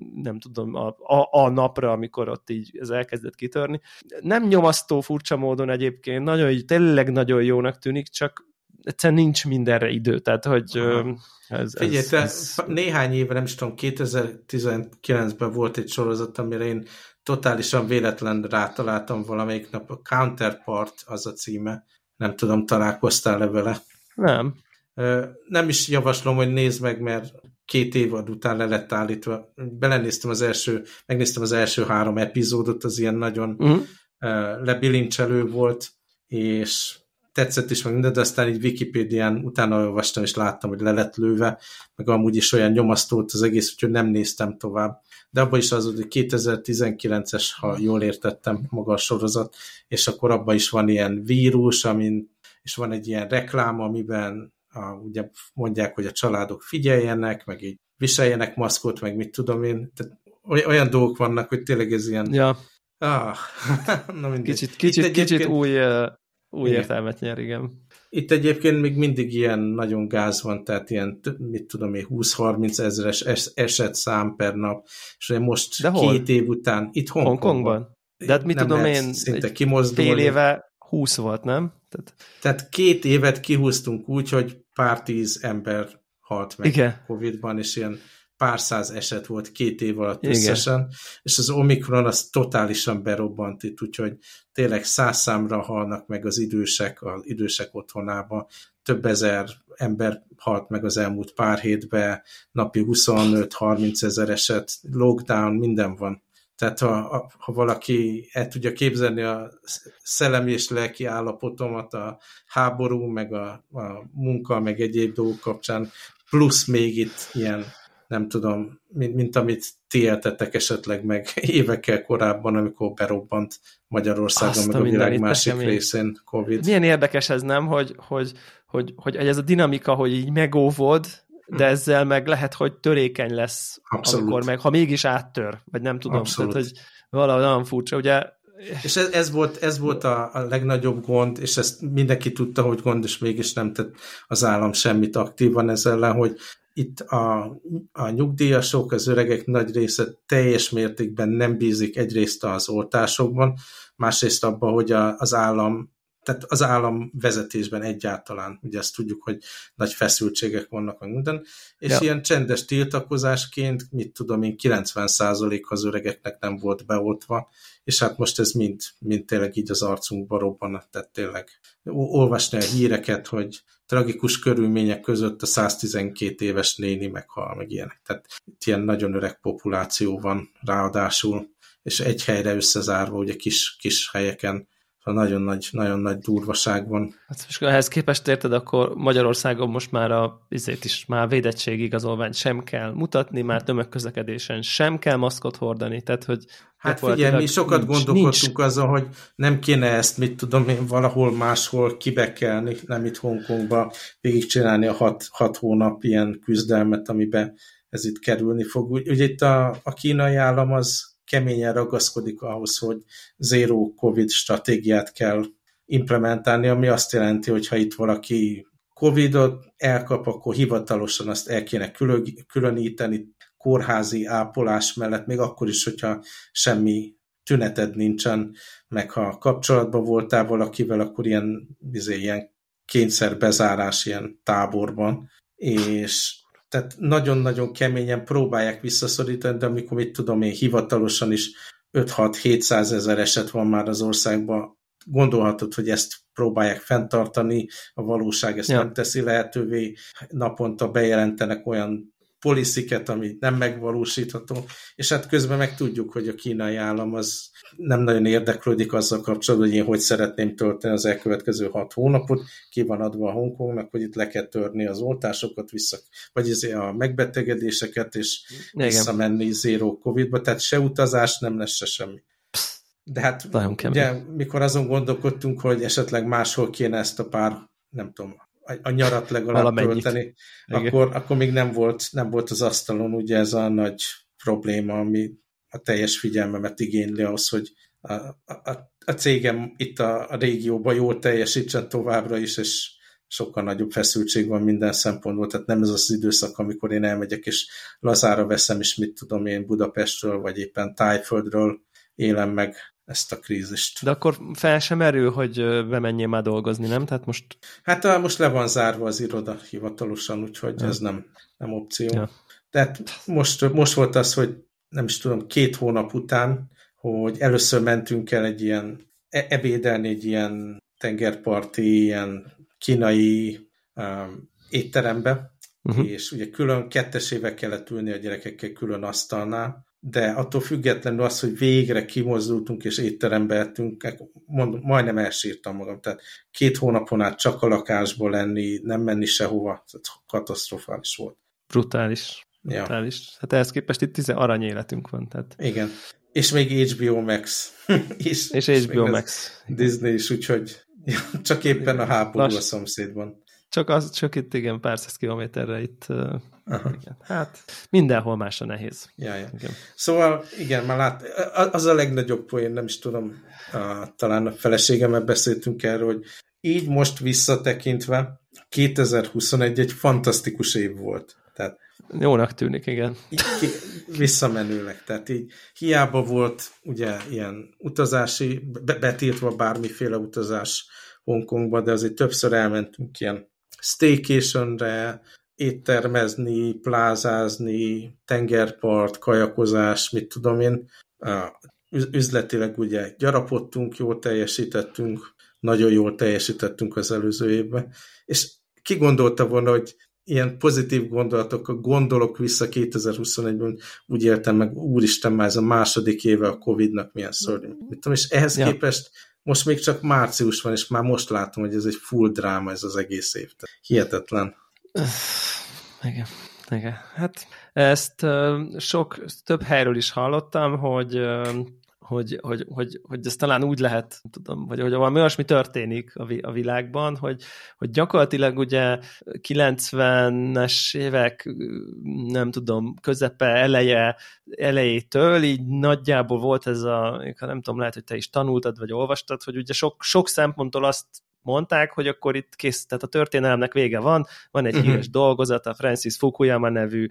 a napra, amikor ott így ez elkezdett kitörni. Nem nyomasztó furcsa módon egyébként, tényleg nagyon jónak tűnik, csak egyszerűen nincs mindenre idő, tehát hogy Figyelj, néhány éve, nem is tudom, 2019-ben volt egy sorozat, amire én totálisan véletlenül rátaláltam valamelyik nap, a Counterpart az a címe, nem tudom, találkoztál-e vele? Nem. Nem is javaslom, hogy nézd meg, mert 2 évad után le lett állítva. Megnéztem az első 3 epizódot, az ilyen nagyon lebilincselő volt, és tetszett is meg minden, de aztán így Wikipédián utána olvastam, és láttam, hogy le lett lőve, meg amúgy is olyan nyomasztott az egész, úgyhogy nem néztem tovább. De abban is az, hogy 2019-es, ha jól értettem, maga a sorozat, és akkor abban is van ilyen vírus, és van egy ilyen reklám, amiben ugye mondják, hogy a családok figyeljenek, meg így viseljenek maszkot, meg mit tudom én. Tehát olyan dolgok vannak, hogy tényleg ez ilyen... Ja. Na kicsit új értelmet nyer, igen. Itt egyébként még mindig ilyen nagyon gáz van, tehát ilyen, mit tudom én, 20-30 ezeres esetszám per nap, és most 2 év után itt Hongkongban. De hát mit tudom én, szinte kimozdulni. Fél éve 20 volt, nem? Tehát 2 évet kihúztunk úgy, hogy pár 10 ember halt meg igen. Covid-ban, és ilyen pár száz eset volt 2 év alatt összesen, és az Omikron az totálisan berobbant itt, úgyhogy tényleg 100 számra halnak meg az idősek otthonába, több ezer ember halt meg az elmúlt pár hétben, napi 25-30 ezer eset, lockdown, minden van. Tehát ha valaki el tudja képzelni a szellemi és lelki állapotomat, a háború, meg a munka, meg egyéb dolgok kapcsán, plusz még itt ilyen, nem tudom, mint amit ti éltetek esetleg meg évekkel korábban, amikor berobbant Magyarországon, meg a világ másik részén Covid. Milyen érdekes ez, nem? Hogy ez a dinamika, hogy így megóvod, de ezzel meg lehet, hogy törékeny lesz, amikor meg, ha mégis áttör, vagy nem tudom. Tehát, hogy valahogy nagyon furcsa, ugye? És ez volt a legnagyobb gond, és ezt mindenki tudta, hogy gond, és mégis nem tett az állam semmit aktívan ezzel ellen, hogy itt a nyugdíjasok, az öregek nagy része teljes mértékben nem bízik egyrészt az oltásokban, másrészt abban, hogy az állam vezetésben egyáltalán, ugye ezt tudjuk, hogy nagy feszültségek vannak meg minden, és ilyen csendes tiltakozásként, mit tudom én, 90% az öregeknek nem volt beoltva, és hát most ez mind tényleg így az arcunkba robban, tehát tényleg olvasni a híreket, hogy tragikus körülmények között a 112 éves néni meghal, meg ilyenek. Tehát itt ilyen nagyon öreg populáció van ráadásul, és egy helyre összezárva, ugye kis helyeken, nagyon nagy durvaság van. Hát most ehhez képest érted, akkor Magyarországon most már már védettségigazolványt sem kell mutatni, már tömegközlekedésen sem kell maszkot hordani, tehát hogy... Hát figyelj, mi sokat gondolkodtunk azon, hogy nem kéne ezt, mit tudom én, valahol máshol kibekelni, nem itt Hongkongba végigcsinálni a 6 hónap ilyen küzdelmet, amiben ez itt kerülni fog. Ugye itt a kínai állam az keményen ragaszkodik ahhoz, hogy zero Covid stratégiát kell implementálni, ami azt jelenti, hogy ha itt valaki Covidot elkap, akkor hivatalosan azt el kéne különíteni kórházi ápolás mellett, még akkor is, hogyha semmi tüneted nincsen, meg ha kapcsolatban voltál valakivel, akkor ilyen kényszerbezárás ilyen táborban, és tehát nagyon-nagyon keményen próbálják visszaszorítani, de amikor mit tudom én, hivatalosan is 5-6-700 ezer eset van már az országban, gondolhatod, hogy ezt próbálják fenntartani, a valóság ezt nem teszi lehetővé, naponta bejelentenek olyan policy-ket, ami nem megvalósítható, és hát közben meg tudjuk, hogy a kínai állam az nem nagyon érdeklődik azzal kapcsolatban, hogy én hogy szeretném tölteni az elkövetkező 6 hónapot, ki van adva a Hongkongnak, hogy itt le kell törni az oltásokat, vagy a megbetegedéseket, és visszamenni zero Covid-ba, tehát se utazás nem lesz se semmi. De hát ugye, mikor azon gondolkodtunk, hogy esetleg máshol kéne ezt a pár, nem tudom, a nyarat legalább tölteni, akkor még nem volt az asztalon ugye ez a nagy probléma, ami a teljes figyelmemet igényli ahhoz, hogy a cégem itt a régióban jól teljesítsen továbbra is, és sokkal nagyobb feszültség van minden szempontból, tehát nem ez az időszak, amikor én elmegyek, és lazára veszem, és mit tudom én Budapestről, vagy éppen Tájföldről élem meg ezt a krízist. De akkor fel sem merül, hogy bemenjél már dolgozni, nem? Tehát most... Hát most le van zárva az iroda hivatalosan, úgyhogy ez nem opció. Ja. Tehát most volt az, hogy nem is tudom, 2 hónap után, hogy először mentünk el egy ilyen ebédelni egy ilyen tengerparti, ilyen kínai étterembe, és ugye külön 2-esével kellett ülni a gyerekekkel külön asztalnál, de attól függetlenül az, hogy végre kimozdultunk és étterembe ettünk, majdnem elsírtam magam. Tehát 2 hónapon át csak a lakásból lenni, nem menni sehova, katasztrofális volt. Brutális. Ja. Hát ehhez képest itt 10 arany életünk van. Tehát... Igen. És még HBO Max. és HBO Max. Disney is, úgyhogy csak éppen a háború a szomszédban. Csak itt igen, pár száz kilométerre itt. Igen. Hát mindenhol másra nehéz. Ja. Igen. Szóval igen, már az a legnagyobb poén, nem is tudom, talán a feleségemmel beszéltünk erről, hogy így most visszatekintve 2021 egy fantasztikus év volt. Tehát jónak tűnik, igen. Visszamenőleg, tehát így hiába volt ugye ilyen utazási, betiltva bármiféle utazás Hongkongba, de azért többször elmentünk ilyen staycationre, éttermezni, plázázni, tengerpart, kajakozás, mit tudom én. Üzletileg ugye gyarapodtunk, jól teljesítettünk, nagyon jól teljesítettünk az előző évben, és ki gondolta volna, hogy ilyen pozitív gondolatokkal gondolok vissza 2021-ben, úgy éltem meg, úristen, már ez a második éve a Covid-nak milyen szörnyű. Mit tudom, és ehhez képest most még csak március van, és már most látom, hogy ez egy full dráma, ez az egész év. Tehát hihetetlen. Igen. Hát ezt több helyről is hallottam, hogy ez talán úgy lehet, tudom, hogy valami olyasmi történik a világban, hogy gyakorlatilag ugye 90-es évek, nem tudom, közepe, elejétől így nagyjából volt ez nem tudom, lehet, hogy te is tanultad, vagy olvastad, hogy ugye sok szemponttól azt mondták, hogy akkor itt kész, tehát a történelemnek vége van egy híres dolgozat a Francis Fukuyama nevű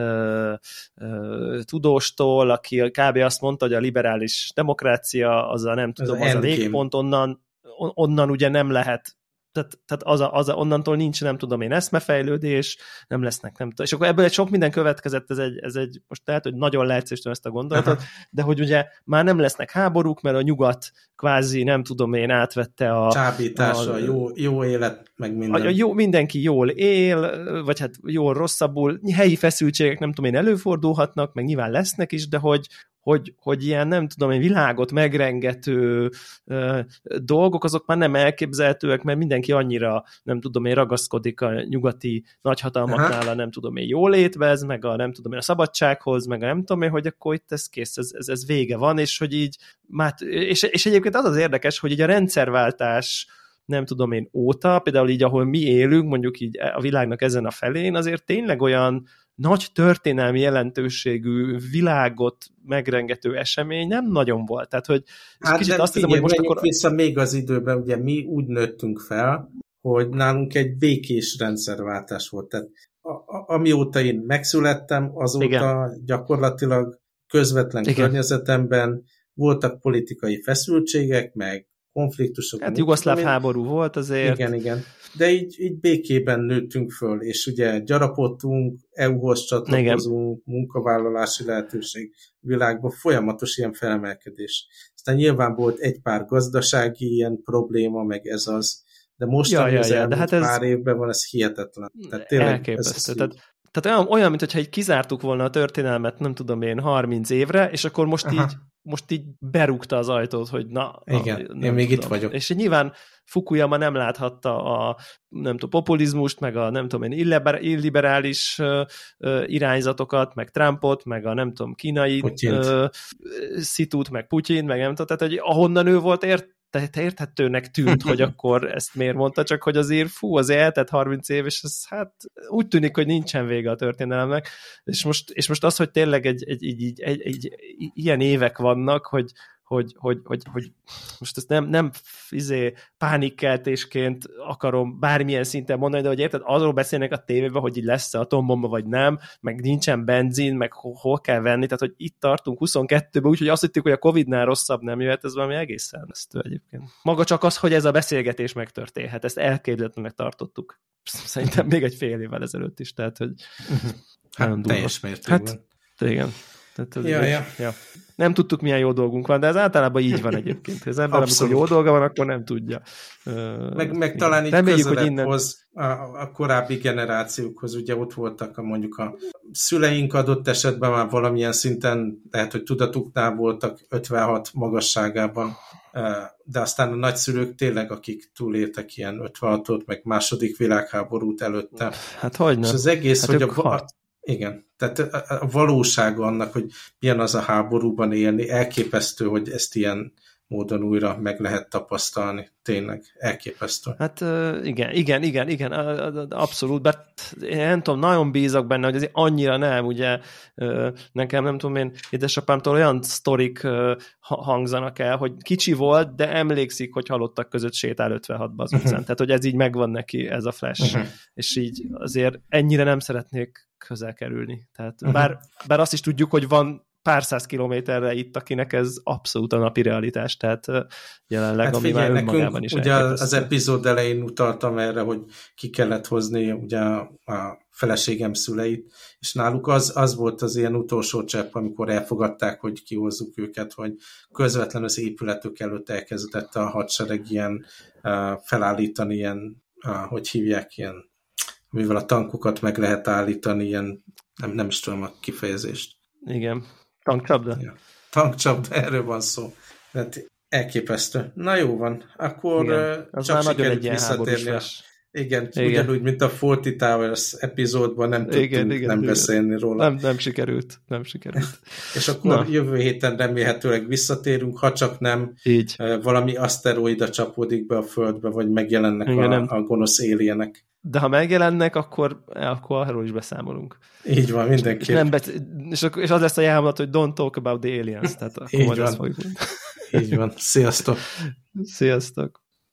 tudóstól, aki kb. Azt mondta, hogy a liberális demokrácia az az a végpont, onnan ugye nem lehet, tehát onnantól nincs, nem tudom én, eszmefejlődés, nem lesznek, nem tudom. És akkor ebből egy sok minden következett, ez egy most lehet, hogy nagyon leegyszerűsítem ezt a gondolatot, de hogy ugye már nem lesznek háborúk, mert a nyugat kvázi, nem tudom én, átvette a... Csábítása, jó élet, meg minden. Mindenki jól él, vagy hát jól rosszabbul, helyi feszültségek, nem tudom én, előfordulhatnak, meg nyilván lesznek is, de hogy ilyen, nem tudom én, világot megrengető dolgok, azok már nem elképzelhetőek, mert mindenki annyira, nem tudom én, ragaszkodik a nyugati nagyhatalmaknál a nem tudom én jóléthez, meg a nem tudom én a szabadsághoz, meg a nem tudom én, hogy akkor itt ez kész, ez vége van, és hogy így és egyébként az érdekes, hogy így a rendszerváltás nem tudom én óta, például így, ahol mi élünk, mondjuk így a világnak ezen a felén, azért tényleg olyan nagy történelmi jelentőségű, világot megrengető esemény nem nagyon volt. Tehát, hogy kicsit azt hiszem, hogy most akkor... vissza még az időben, ugye mi úgy nőttünk fel, hogy nálunk egy békés rendszerváltás volt. Tehát amióta én megszülettem, azóta gyakorlatilag közvetlen környezetemben voltak politikai feszültségek, meg konfliktusok. Hát jugoszláv háború volt azért. Igen. De így békében nőttünk föl, és ugye gyarapodtunk, EU-hoz csatlakozunk, munkavállalási lehetőség világban, folyamatos ilyen felemelkedés. Aztán nyilván volt egy pár gazdasági ilyen probléma, meg ez az, de most az elmúlt pár évben van, ez hihetetlen. Tehát tényleg elképesztő. Tehát Tehát olyan, mintha így kizártuk volna a történelmet, nem tudom én, 30 évre, és akkor most így berúgta az ajtót, hogy igen, én még itt vagyok. És nyilván Fukuyama nem láthatta a nem tudom, populizmust, meg a nem tudom én, illiberális irányzatokat, meg Trumpot, meg a nem tudom, kínai szitút, meg Putyin, meg nem tudom, tehát hogy ahonnan ő volt érthetőnek tűnt, hogy akkor ezt miért mondta, csak hogy azért azért eltett 30 év, és ez hát úgy tűnik, hogy nincsen vége a történelemnek, és most az, hogy tényleg egy ilyen évek vannak, hogy most ezt nem pánikkeltésként akarom bármilyen szinten mondani, de hogy érted, azról beszélnek a tévében, hogy így lesz-e atombomba, vagy nem, meg nincsen benzin, meg hol kell venni, tehát hogy itt tartunk 22-ben, úgyhogy azt hittük, hogy a Covid-nál rosszabb nem jöhet, ez valami egészen elmesztő egyébként. Maga csak az, hogy ez a beszélgetés megtörténhet, ezt elképzelhetőnek tartottuk. Szerintem még egy fél évvel ezelőtt is, tehát hogy hát teljes mértékben. Igen. Ja. Nem tudtuk, milyen jó dolgunk van, de ez általában így van egyébként. Az ember, amikor jó dolga van, akkor nem tudja. Meg talán így közelebb hoz a korábbi generációkhoz, ugye ott voltak mondjuk a szüleink adott esetben már valamilyen szinten, lehet, hogy tudatuknál voltak 56 magasságában, de aztán a nagyszülők tényleg, akik túléltek ilyen 56-ot, meg második világháborút előtte. Hát hogyne. És az egész, hogy igen, tehát a valósága annak, hogy milyen az a háborúban élni, elképesztő, hogy ezt ilyen módon újra meg lehet tapasztalni. Tényleg, elképesztő. Hát igen, abszolút, de én nem tudom, nagyon bízok benne, hogy azért annyira nem, ugye nekem nem tudom én, édesapámtól olyan sztorik hangzanak el, hogy kicsi volt, de emlékszik, hogy halottak között sétál 56-ba az utcán. Tehát, hogy ez így megvan neki, ez a flash. És így azért ennyire nem szeretnék közel kerülni. Tehát bár azt is tudjuk, hogy van pár száz kilométerre itt, akinek ez abszolút a napi realitás, tehát jelenleg, hát ami már önmagában is ugye az epizód elején utaltam erre, hogy ki kellett hozni ugye a feleségem szüleit, és náluk az volt az ilyen utolsó csepp, amikor elfogadták, hogy kihozzuk őket, hogy közvetlenül az épületük előtt elkezdett a hadsereg ilyen felállítani ilyen, hogy hívják, ilyen, amivel a tankokat meg lehet állítani, ilyen, nem is tudom a kifejezést. Igen. Tankcsapda? Ja. Tankcsapda, erről van szó. Tehát elképesztő. Na jó van, akkor csak sikerült visszatérni. Igen, ugyanúgy, mint a Fawlty Towers epizódban nem tudtunk nem beszélni róla. Nem sikerült. És akkor jövő héten remélhetőleg visszatérünk, ha csak nem így. Valami aszteroida csapódik be a Földbe, vagy megjelennek a gonosz alienek. De ha megjelennek, akkor arról is beszámolunk. Így van, mindenképp. És az lesz a jelmondat, hogy don't talk about the aliens. Tehát akkor így van. Így van. Sziasztok! Sziasztok!